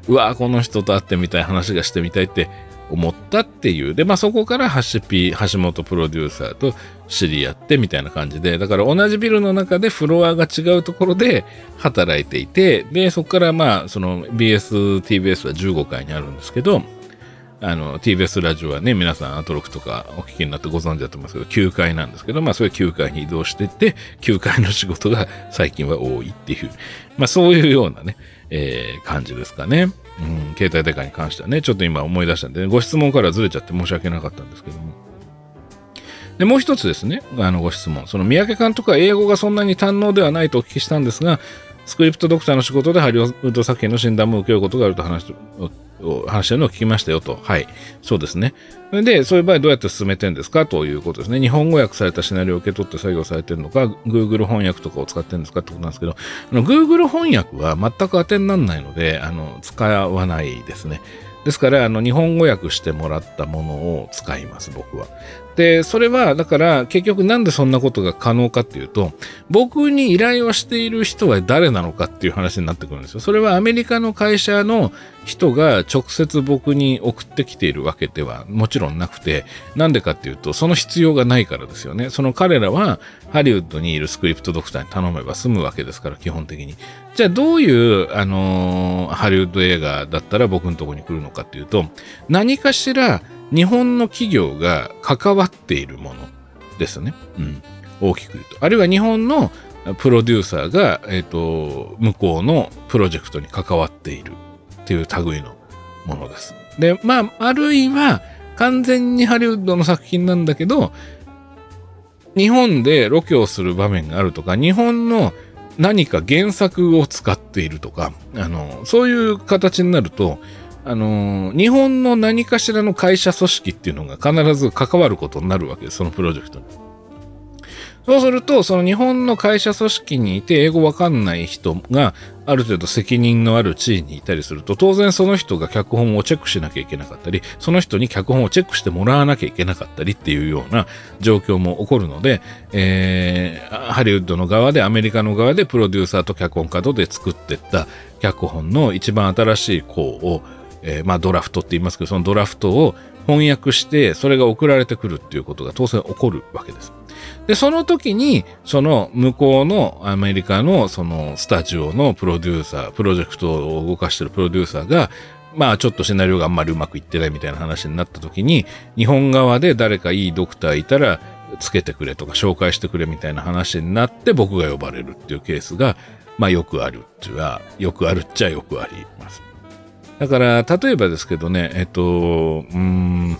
うわーこの人と会ってみたい、話がしてみたいって思ったっていう。で、まあそこからハッシュピー、橋本プロデューサーと知り合ってみたいな感じで、だから同じビルの中でフロアが違うところで働いていて、で、そこからまあその ビーエス、ティービーエス はじゅうごかいにあるんですけど、あの ティービーエス ラジオはね、皆さんアトロクとかお聞きになってご存知だと思いますけど、きゅうかいなんですけど、まあそれきゅうかいに移動していって、きゅうかいの仕事が最近は多いっていう、まあそういうようなね、えー、感じですかね。うん、携帯デカに関してはね、ちょっと今思い出したんで、ね、ご質問からずれちゃって申し訳なかったんですけども。で、もう一つですね、あのご質問。その三宅監督は英語がそんなに堪能ではないとお聞きしたんですが、スクリプトドクターの仕事でハリウッド作品の診断も受けることがあると話を話してるのを聞きましたよと。はい。そうですね。で、そういう場合どうやって進めてるんですかということですね。日本語訳されたシナリオを受け取って作業されてるのか、Google 翻訳とかを使ってるんですかってことなんですけど、あの Google 翻訳は全く当てにならないので、あの、使わないですね。ですから、あの、日本語訳してもらったものを使います、僕は。で、それは、だから、結局なんでそんなことが可能かっていうと、僕に依頼をしている人は誰なのかっていう話になってくるんですよ。それはアメリカの会社の人が直接僕に送ってきているわけではもちろんなくて、なんでかっていうと、その必要がないからですよね。その彼らはハリウッドにいるスクリプトドクターに頼めば済むわけですから、基本的に。じゃあどういう、あのー、ハリウッド映画だったら僕のところに来るのかっていうと、何かしら日本の企業が関わっているものですね。うん。大きく言うと。あるいは日本のプロデューサーが、えっと、向こうのプロジェクトに関わっているっていう類のものです。で、まあ、あるいは完全にハリウッドの作品なんだけど、日本でロケをする場面があるとか、日本の何か原作を使っているとか、あの、そういう形になると、あの、日本の何かしらの会社組織っていうのが必ず関わることになるわけです、そのプロジェクトに。そうすると、その日本の会社組織にいて英語わかんない人がある程度責任のある地位にいたりすると、当然その人が脚本をチェックしなきゃいけなかったり、その人に脚本をチェックしてもらわなきゃいけなかったりっていうような状況も起こるので、えー、ハリウッドの側で、アメリカの側でプロデューサーと脚本家とで作ってった脚本の一番新しい項を、えー、まあドラフトって言いますけど、そのドラフトを翻訳して、それが送られてくるっていうことが当然起こるわけです。で、その時に、その向こうのアメリカのそのスタジオのプロデューサー、プロジェクトを動かしてるプロデューサーが、まあちょっとシナリオがあんまりうまくいってないみたいな話になった時に、日本側で誰かいいドクターいたらつけてくれとか紹介してくれみたいな話になって僕が呼ばれるっていうケースが、まあよくあるっていうは、よくあるっちゃよくあります。だから、例えばですけどね、えっと、うーん、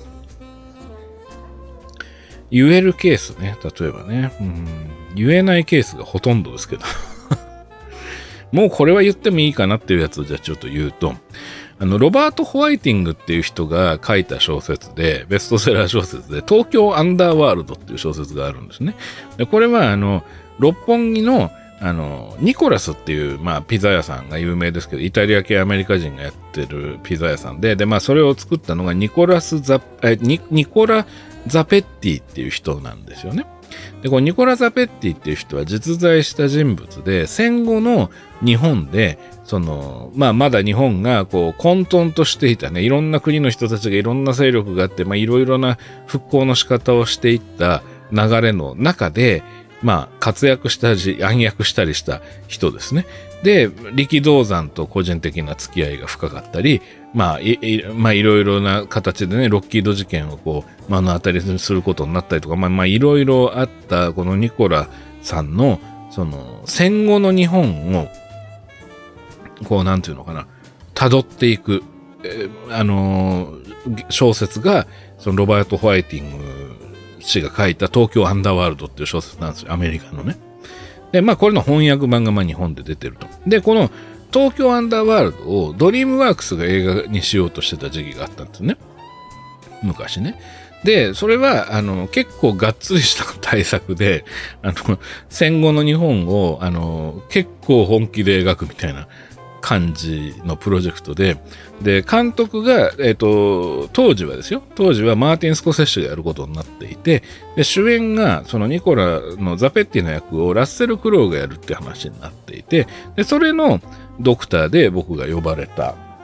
言えるケースね、例えばね、うん、言えないケースがほとんどですけどもうこれは言ってもいいかなっていうやつをじゃあちょっと言うと、あのロバート・ホワイティングっていう人が書いた小説で、ベストセラー小説で東京アンダーワールドっていう小説があるんですね。でこれはあの六本木のあのニコラスっていう、まあ、ピザ屋さんが有名ですけど、イタリア系アメリカ人がやってるピザ屋さんで、でまあそれを作ったのがニコラスザえニニコラザペッティっていう人なんですよね。で、このニコラ・ザペッティっていう人は実在した人物で、戦後の日本で、その、まあまだ日本がこう混沌としていたね、いろんな国の人たちがいろんな勢力があって、まあいろいろな復興の仕方をしていった流れの中で、まあ活躍したり、暗躍したりした人ですね。で、力道山と個人的な付き合いが深かったり、まあ、い, いまあ、いろいろな形でね、ロッキード事件をこう、目の当たりにすることになったりとか、まあ、まあ、いろいろあった、このニコラさんの、その、戦後の日本を、こう、なんていうのかな、辿っていく、えー、あのー、小説が、そのロバート・ホワイティング氏が書いた東京アンダーワールドっていう小説なんですよ、アメリカのね。で、まあ、これの翻訳版がまあ日本で出てると。で、この、東京アンダーワールドをドリームワークスが映画にしようとしてた時期があったんですね。昔ね。で、それは、あの、結構がっつりした対策で、あの、戦後の日本を、あの、結構本気で描くみたいな感じのプロジェクトで、で、監督が、えっと、当時はですよ、当時はマーティン・スコセッシがやることになっていて、で、主演が、そのニコラのザペッティの役をラッセル・クロウがやるって話になっていて、で、それの、ドクターで僕が呼ばれた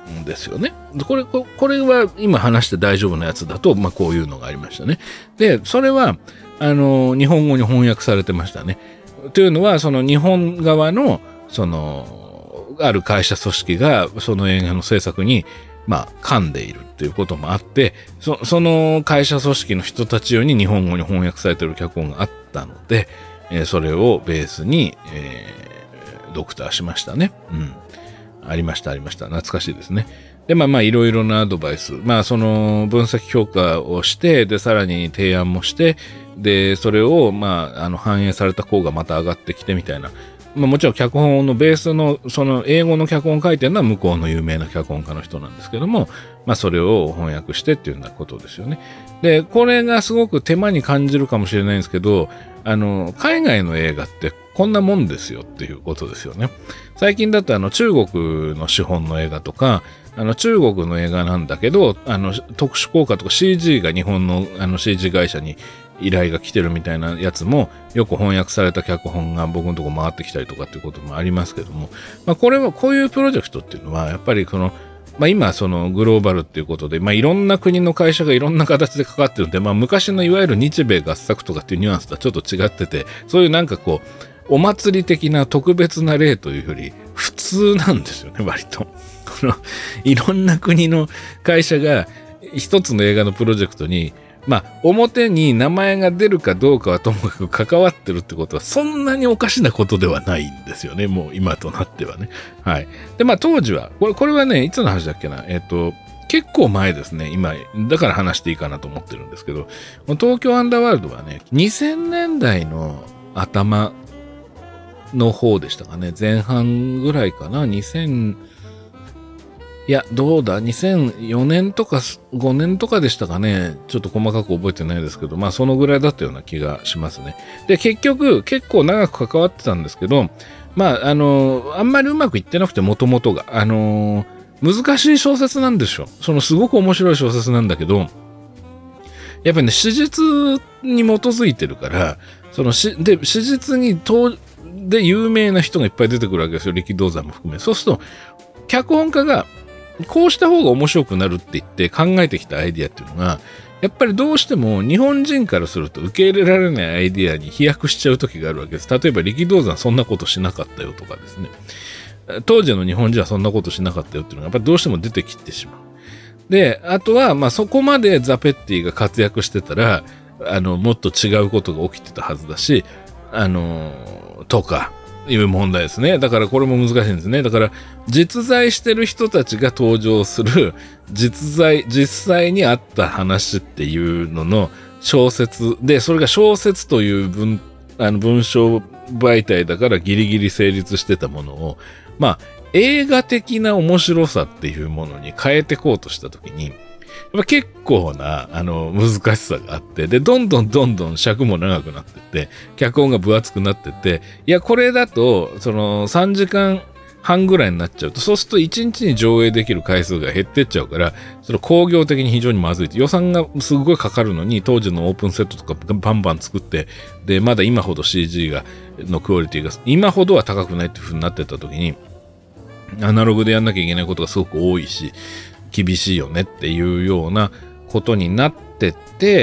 んですよね。これ、これは今話して大丈夫なやつだと、まあこういうのがありましたね。で、それは、あの、日本語に翻訳されてましたね。というのは、その日本側の、その、ある会社組織が、その映画の制作に、まあ、噛んでいるっていうこともあって、そ, その会社組織の人たち用に日本語に翻訳されている脚本があったので、えー、それをベースに、えー、ドクターしましたね。うん。ありました、ありました。懐かしいですね。で、まあまあ、いろいろなアドバイス。まあ、その、分析評価をして、で、さらに提案もして、で、それを、まあ、あの、反映された項がまた上がってきてみたいな。まあ、もちろん脚本のベースの、その英語の脚本を書いてるのは向こうの有名な脚本家の人なんですけども、まあそれを翻訳してっていうようなことですよね。で、これがすごく手間に感じるかもしれないんですけど、あの、海外の映画ってこんなもんですよっていうことですよね。最近だとあの中国の資本の映画とか、あの中国の映画なんだけど、あの特殊効果とか シージー が日本のあの シージー 会社に依頼が来てるみたいなやつもよく翻訳された脚本が僕のとこ回ってきたりとかっていうこともありますけども、まあ、これはこういうプロジェクトっていうのはやっぱりこの、まあ、今そのグローバルっていうことで、まあ、いろんな国の会社がいろんな形で関わってるんで、まあ、昔のいわゆる日米合作とかっていうニュアンスとはちょっと違ってて、そういうなんかこうお祭り的な特別な例というより普通なんですよね、割と。このいろんな国の会社が一つの映画のプロジェクトにまあ、表に名前が出るかどうかはともかく関わってるってことはそんなにおかしなことではないんですよね。もう今となってはね。はい。で、まあ当時は、これ、これはね、いつの話だっけな。えっと、結構前ですね。今、だから話していいかなと思ってるんですけど、東京アンダーワールドはね、にせんねんだいの頭の方でしたかね。前半ぐらいかな。にせん、いや、どうだ ?にせんよねんとかごねんとかでしたかね。ちょっと細かく覚えてないですけど、まあそのぐらいだったような気がしますね。で、結局、結構長く関わってたんですけど、まあ、あの、あんまりうまくいってなくて、もともとが。あの、難しい小説なんでしょ。そのすごく面白い小説なんだけど、やっぱりね、史実に基づいてるから、そのし、で、史実にと、で有名な人がいっぱい出てくるわけですよ。力道山も含め。そうすると、脚本家が、こうした方が面白くなるって言って考えてきたアイディアっていうのが、やっぱりどうしても日本人からすると受け入れられないアイディアに飛躍しちゃう時があるわけです。例えば力道山そんなことしなかったよとかですね。当時の日本人はそんなことしなかったよっていうのがやっぱりどうしても出てきてしまう。で、あとはまあそこまでザ・ペッティが活躍してたら、あの、もっと違うことが起きてたはずだし、あの、とか、いう問題ですね。だからこれも難しいんですね。だから実在してる人たちが登場する実在、実際にあった話っていうのの小説で、それが小説という文、あの文章媒体だからギリギリ成立してたものを、まあ映画的な面白さっていうものに変えてこうとしたときに、やっぱ結構な、あの、難しさがあって、で、どんどんどんどん尺も長くなってって、脚本が分厚くなってって、いや、これだと、その、さんじかんはんぐらいになっちゃうと、そうするといちにちに上映できる回数が減ってっちゃうから、その工業的に非常にまずい。予算がすごいかかるのに、当時のオープンセットとかバンバン作って、で、まだ今ほど シージー が、のクオリティが、今ほどは高くないっていう風になってた時に、アナログでやんなきゃいけないことがすごく多いし、厳しいよねっていうようなことになってって、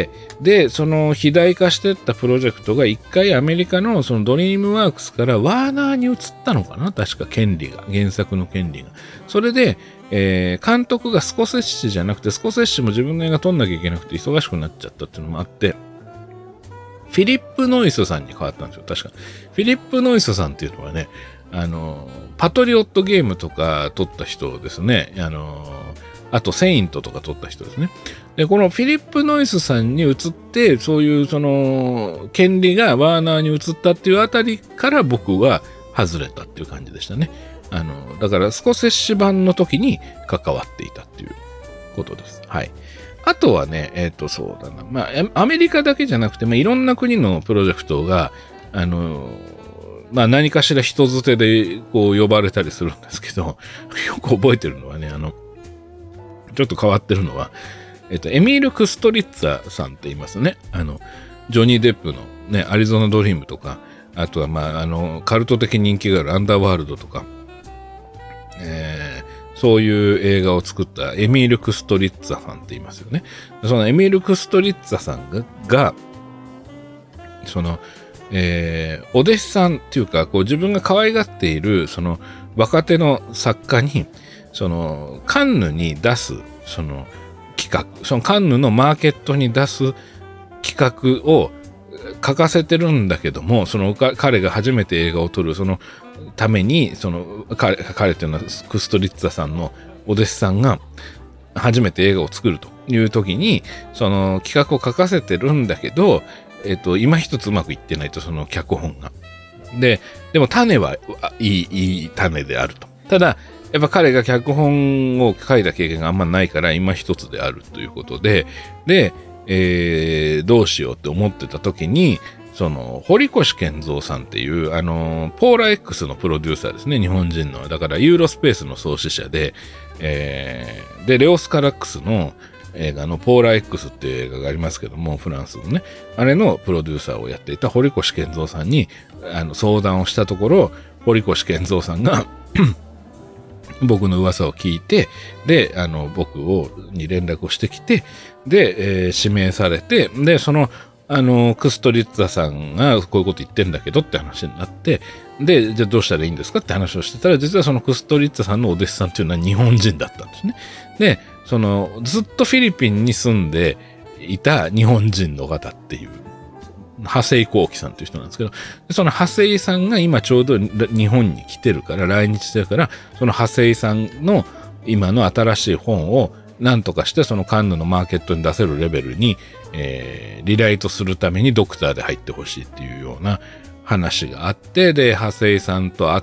で、その肥大化していったプロジェクトが一回アメリカのそのドリームワークスからワーナーに移ったのかな、確か権利が、原作の権利が。それで、えー、監督がスコセッシじゃなくて、スコセッシも自分の映画撮んなきゃいけなくて忙しくなっちゃったっていうのもあって、フィリップ・ノイスさんに変わったんですよ、確か。フィリップ・ノイスさんっていうのはね、あの、パトリオットゲームとか撮った人ですね。あの、あと、セイントとか撮った人ですね。で、このフィリップ・ノイスさんに移って、そういうその、権利がワーナーに移ったっていうあたりから僕は外れたっていう感じでしたね。あの、だからスコセッシ版の時に関わっていたっていうことです。はい。あとはね、えっと、そうだな。まあ、アメリカだけじゃなくて、まあ、いろんな国のプロジェクトが、あの、まあ、何かしら人づてでこう呼ばれたりするんですけど、よく覚えてるのはね、あの、ちょっと変わってるのは、えっと、エミール・クストリッツァさんって言いますね。あの、ジョニー・デップのね、アリゾナ・ドリームとか、あとは、まあ、あの、カルト的人気があるアンダーワールドとか、えー、 そういう映画を作ったエミール・クストリッツァさんって言いますよね。そのエミール・クストリッツァさんが、がその、えー、お弟子さんっていうか、こう自分が可愛がっている、その若手の作家に、そのカンヌに出す、その企画、そのカンヌのマーケットに出す企画を書かせてるんだけども、その彼が初めて映画を撮るそのために、その彼、彼っていうのはクストリッツァさんのお弟子さんが初めて映画を作るという時に、その企画を書かせてるんだけど、えっと、今一つうまくいってないと、その脚本が。で、でも種はいい、いい種であると。ただ、やっぱ彼が脚本を書いた経験があんまないから、今一つであるということで、で、えー、どうしようって思ってた時に、その、堀越健三さんっていう、あの、ポーラ X のプロデューサーですね、日本人の。だから、ユーロスペースの創始者で、えー、で、レオスカラックスの映画のポーラ X っていう映画がありますけども、フランスのね、あれのプロデューサーをやっていた堀越健三さんに、あの、相談をしたところ、堀越健三さんが、僕の噂を聞いて、で、あの、僕を、に連絡をしてきて、で、えー、指名されて、で、その、あの、クストリッツァさんがこういうこと言ってんだけどって話になって、で、じゃあどうしたらいいんですかって話をしてたら、実はそのクストリッツァさんのお弟子さんっていうのは日本人だったんですね。で、その、ずっとフィリピンに住んでいた日本人の方っていう、長谷幸喜さんという人なんですけど、その長谷さんが今ちょうど日本に来てるから、来日してるから、その長谷さんの今の新しい本を何とかしてそのカンヌのマーケットに出せるレベルに、えー、リライトするためにドクターで入ってほしいっていうような話があって、で、長谷さんと会って、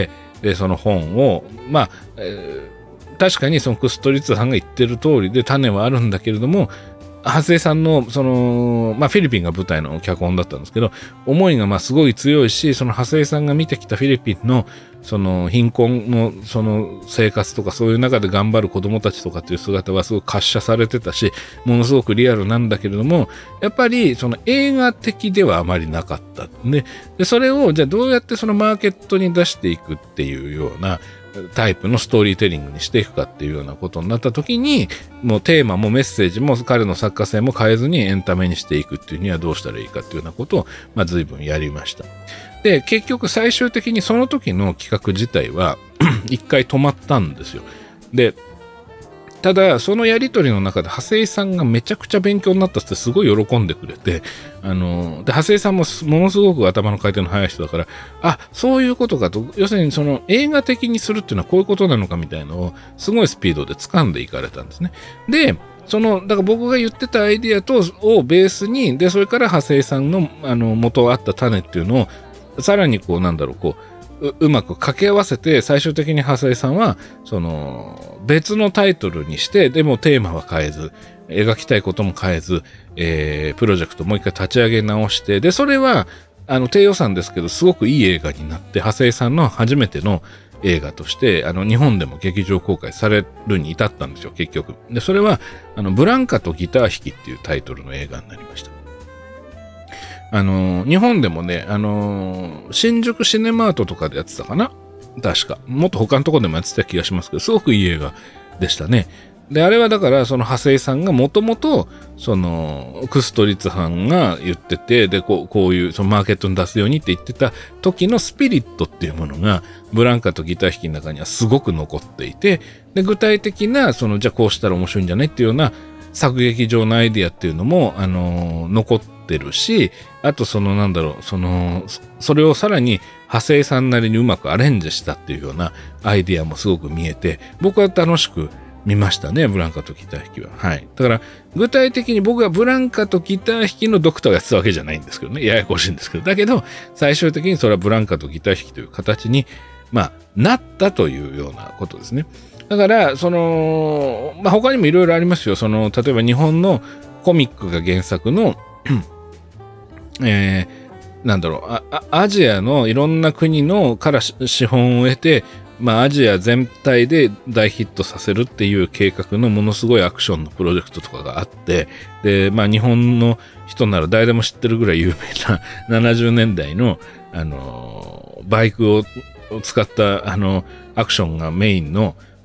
で、その本を、まあ、えー、確かにそのクストリッツァさんが言ってる通りで種はあるんだけれども、長谷さんの、その、まあ、フィリピンが舞台の脚本だったんですけど、思いがまあすごい強いし、その長谷さんが見てきたフィリピンの、その貧困の、その生活とかそういう中で頑張る子供たちとかっていう姿はすごく滑車されてたし、ものすごくリアルなんだけれども、やっぱりその映画的ではあまりなかった。で、でそれをじゃあどうやってそのマーケットに出していくっていうような、タイプのストーリーテリングにしていくかっていうようなことになった時に、もうテーマもメッセージも彼の作家性も変えずにエンタメにしていくっていうにはどうしたらいいかっていうようなことを、まあ、随分やりました。で、結局最終的にその時の企画自体は一回止まったんですよ。で、ただそのやりとりの中で長谷さんがめちゃくちゃ勉強になったってすごい喜んでくれて、あので長谷さんもものすごく頭の回転の速い人だから、あ、そういうことかと、要するにその映画的にするっていうのはこういうことなのかみたいなのをすごいスピードで掴んでいかれたんですね。で、そのだから僕が言ってたアイディアとをベースに、でそれから長谷さんのあの元あった種っていうのをさらにこうなんだろうこうう, うまく掛け合わせて、最終的に長谷さんはその別のタイトルにして、でもテーマは変えず、描きたいことも変えず、えー、プロジェクトもう一回立ち上げ直して、でそれはあの低予算ですけどすごくいい映画になって、長谷さんの初めての映画としてあの日本でも劇場公開されるに至ったんですよ、結局。でそれはあのブランカとギター弾きっていうタイトルの映画になりました。あの日本でもね、あの新宿シネマートとかでやってたかな、確か。もっと他のところでもやってた気がしますけど、すごくいい映画でしたね。で、あれはだからその長谷さんがもともとそのクストリッツさんが言ってて、でこう、こういうそのマーケットに出すようにって言ってた時のスピリットっていうものがブランカとギター弾きの中にはすごく残っていて、で具体的なそのじゃあこうしたら面白いんじゃないっていうような作劇上のアイディアっていうのもあの残ってるし、あとそのなんだろう、そのそれをさらに長谷さんなりにうまくアレンジしたっていうようなアイディアもすごく見えて、僕は楽しく見ましたね、ブランカとギター弾きは。はい。だから具体的に僕はブランカとギター弾きのドクターをやってたわけじゃないんですけどね、ややこしいんですけど、だけど最終的にそれはブランカとギター弾きという形にまあなったというようなことですね。だからそのまあ他にもいろいろありますよ。その例えば日本のコミックが原作のえー、なんだろうあアジアのいろんな国のから資本を得て、まあ、アジア全体で大ヒットさせるっていう計画のものすごいアクションのプロジェクトとかがあって、で、まあ、日本の人なら誰でも知ってるぐらい有名なななじゅうねんだいの、あのバイクを使ったあのアクションがメインの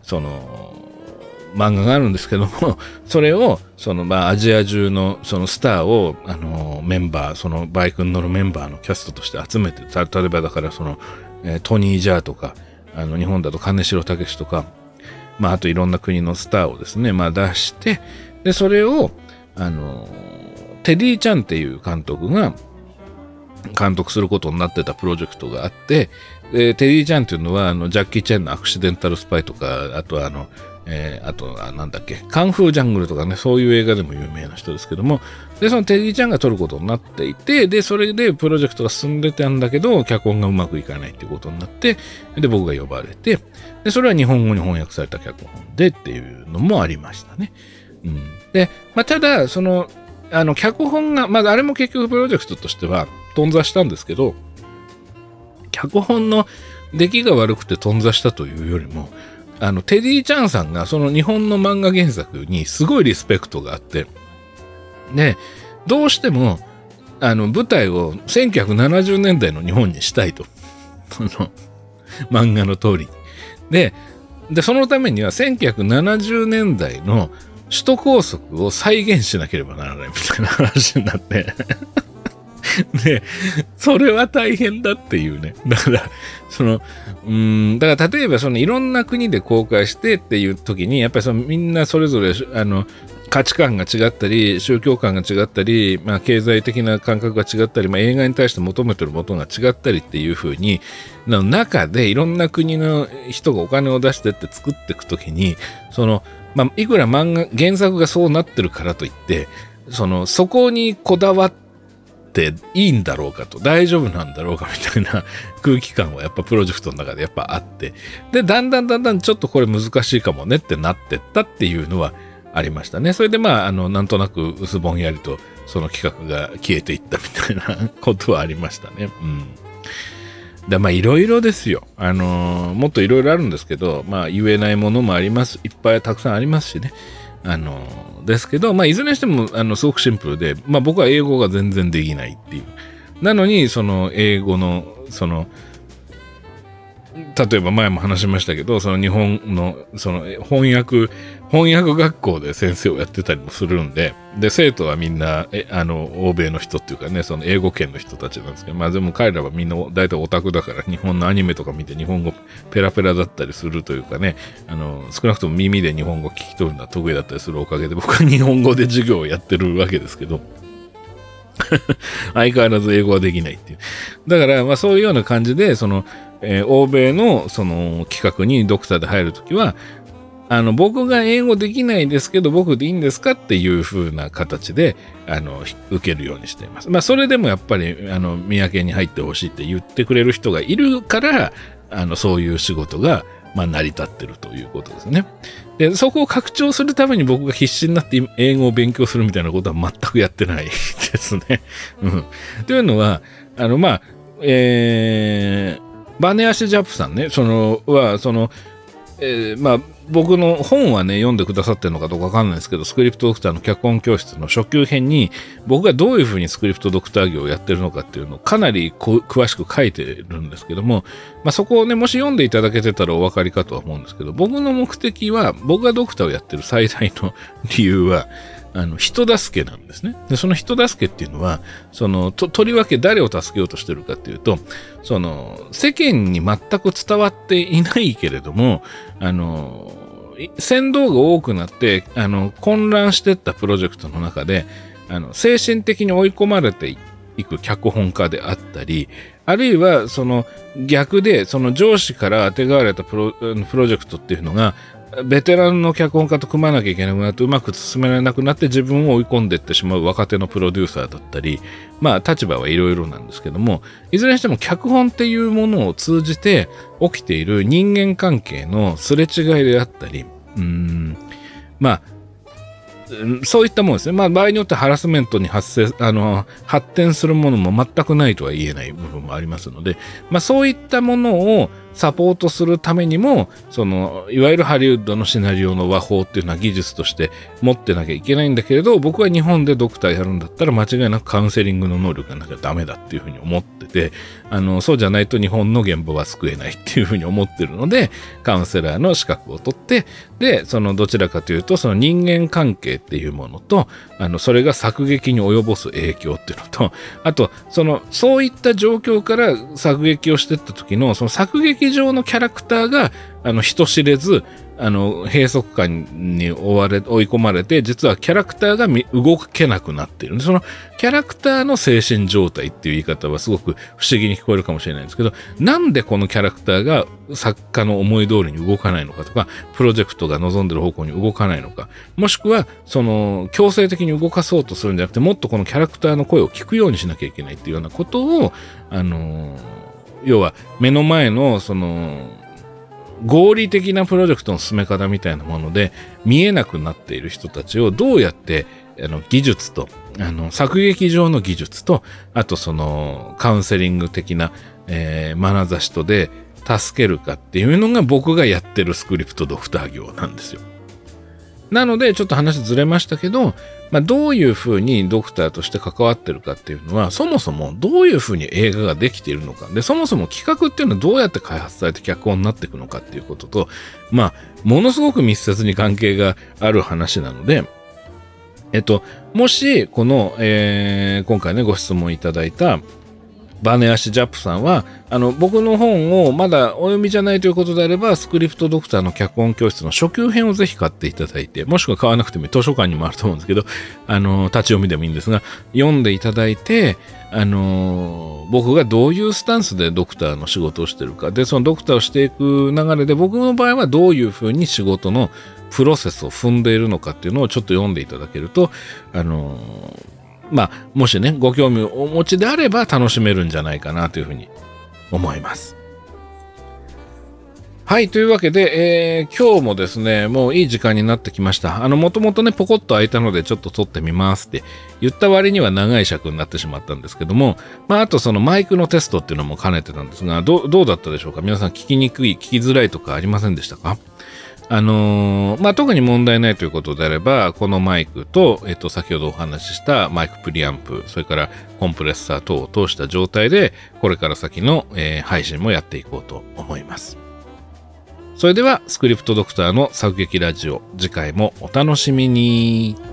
その漫画があるんですけども、それをそのまあアジア中のそのスターをあのメンバー、そのバイクに乗るメンバーのキャストとして集めて、例えばだからその、えー、トニー・ジャーとか、あの日本だと金城武とか、まああといろんな国のスターをですね、まあ出して、でそれをあのテディちゃんっていう監督が監督することになってたプロジェクトがあって、でテディちゃんっていうのはあのジャッキー・チェンのアクシデンタル・スパイとか、あとはあのえー、あとはなんだっけ、カンフージャングルとかね、そういう映画でも有名な人ですけども、でそのテディちゃんが撮ることになっていて、でそれでプロジェクトが進んでたんだけど脚本がうまくいかないっていうことになって、で僕が呼ばれて、でそれは日本語に翻訳された脚本でっていうのもありましたね。うん、で、まあ、ただそのあの脚本が、まあ、あれも結局プロジェクトとしては頓挫したんですけど、脚本の出来が悪くて頓挫したというよりも、あのテディちゃんさんがその日本の漫画原作にすごいリスペクトがあって、でどうしてもあの舞台をせんきゅうひゃくななじゅうねんだいの日本にしたいと、その漫画の通りで、でそのためにはせんきゅうひゃくななじゅうねんだいの首都高速を再現しなければならないみたいな話になってでそれは大変だっていうね。だからそのうーんだから例えばそのいろんな国で公開してっていう時にやっぱりそのみんなそれぞれあの価値観が違ったり宗教観が違ったり、まあ、経済的な感覚が違ったり、まあ、映画に対して求めてるものが違ったりっていう風にの中でいろんな国の人がお金を出してって作っていく時にその、まあ、いくら漫画原作がそうなってるからといってそのそこにこだわってっていいんだろうかと、大丈夫なんだろうかみたいな空気感はやっぱプロジェクトの中でやっぱあって、でだんだんだんだんちょっとこれ難しいかもねってなってったっていうのはありましたね。それでまああのなんとなく薄ぼんやりとその企画が消えていったみたいなことはありましたね。うん。でまあいろいろですよ。あのー、もっといろいろあるんですけど、まあ言えないものもあります。いっぱいたくさんありますしね。あのですけど、まあ、いずれにしてもあのすごくシンプルで、まあ、僕は英語が全然できないっていう。なのにその英語のその例えば前も話しましたけど、その日本のその翻訳翻訳学校で先生をやってたりもするんで、で生徒はみんなえあの欧米の人っていうかね、その英語圏の人たちなんですけど、まあでも彼らはみんな大体オタクだから日本のアニメとか見て日本語ペラペラだったりするというかね、あの少なくとも耳で日本語聞き取るのは得意だったりするおかげで僕は日本語で授業をやってるわけですけど相変わらず英語はできないっていう。だからまあそういうような感じでそのえー、欧米のその企画にドクターで入るときは、あの、僕が英語できないですけど、僕でいいんですかっていう風な形で、あの、受けるようにしています。まあ、それでもやっぱり、あの、三宅に入ってほしいって言ってくれる人がいるから、あの、そういう仕事が、まあ、成り立ってるということですね。で、そこを拡張するために僕が必死になって英語を勉強するみたいなことは全くやってないですね。うん。というのは、あの、まあ、えー、バネアシジャップさんね、そのはその、えー、まあ僕の本はね読んでくださってるのかどうかわかんないですけど、スクリプトドクターの脚本教室の初級編に僕がどういうふうにスクリプトドクター業をやってるのかっていうのをかなりこ詳しく書いてるんですけども、まあ、そこをねもし読んでいただけてたらお分かりかとは思うんですけど、僕の目的は僕がドクターをやってる最大の理由はあの人助けなんですね。でその人助けっていうのはそのととりわけ誰を助けようとしてるかっていうと、その世間に全く伝わっていないけれどもあの船頭が多くなってあの混乱していったプロジェクトの中であの精神的に追い込まれていく脚本家であったり、あるいはその逆でその上司からあてがわれたプロ、プロジェクトっていうのがベテランの脚本家と組まなきゃいけなくなってうまく進められなくなって自分を追い込んでいってしまう若手のプロデューサーだったり、まあ立場はいろいろなんですけども、いずれにしても脚本っていうものを通じて起きている人間関係のすれ違いであったり、うーんまあそういったものですね。まあ場合によってハラスメントに発生あの発展するものも全くないとは言えない部分もありますので、まあそういったものをサポートするためにも、その、いわゆるハリウッドのシナリオの和法っていうのは技術として持ってなきゃいけないんだけれど、僕は日本でドクターやるんだったら間違いなくカウンセリングの能力がなきゃダメだっていうふうに思ってて、あの、そうじゃないと日本の現場は救えないっていうふうに思ってるので、カウンセラーの資格を取って、で、そのどちらかというと、その人間関係っていうものと、あの、それが作劇に及ぼす影響っていうのと、あと、その、そういった状況から作劇をしていった時の、その作劇上のキャラクターが、あの、人知れず、あの、閉塞感に追われ、追い込まれて、実はキャラクターが動けなくなっている。その、キャラクターの精神状態っていう言い方はすごく不思議に聞こえるかもしれないんですけど、なんでこのキャラクターが作家の思い通りに動かないのかとか、プロジェクトが望んでる方向に動かないのか、もしくは、その、強制的に動かそうとするんじゃなくて、もっとこのキャラクターの声を聞くようにしなきゃいけないっていうようなことを、あの、要は、目の前の、その、合理的なプロジェクトの進め方みたいなもので見えなくなっている人たちをどうやってあの技術とあの作劇上の技術とあとそのカウンセリング的な、えー、眼差しとで助けるかっていうのが僕がやってるスクリプトドクター業なんですよ。なのでちょっと話ずれましたけど、まあ、どういうふうにドクターとして関わってるかっていうのはそもそもどういうふうに映画ができているのかでそもそも企画っていうのはどうやって開発されて脚本になっていくのかっていうこととまあものすごく密接に関係がある話なのでえっともしこの、えー、今回ねご質問いただいたバネアシジャップさんはあの僕の本をまだお読みじゃないということであればスクリプトドクターの脚本教室の初級編をぜひ買っていただいてもしくは買わなくてもいい図書館にもあると思うんですけどあの立ち読みでもいいんですが読んでいただいてあの僕がどういうスタンスでドクターの仕事をしているかでそのドクターをしていく流れで僕の場合はどういうふうに仕事のプロセスを踏んでいるのかっていうのをちょっと読んでいただけるとあのまあ、もしね、ご興味をお持ちであれば楽しめるんじゃないかなというふうに思います。はい、というわけで、えー、今日もですね、もういい時間になってきました。あの、もともとね、ポコッと空いたのでちょっと撮ってみますって言った割には長い尺になってしまったんですけども、まあ、あとそのマイクのテストっていうのも兼ねてたんですが、どう、どうだったでしょうか？皆さん聞きにくい、聞きづらいとかありませんでしたか？あのー、まあ、特に問題ないということであれば、このマイクと、えっと、先ほどお話ししたマイクプリアンプ、それからコンプレッサー等を通した状態で、これから先の、えー、配信もやっていこうと思います。それでは、スクリプトドクターの作劇ラジオ、次回もお楽しみに。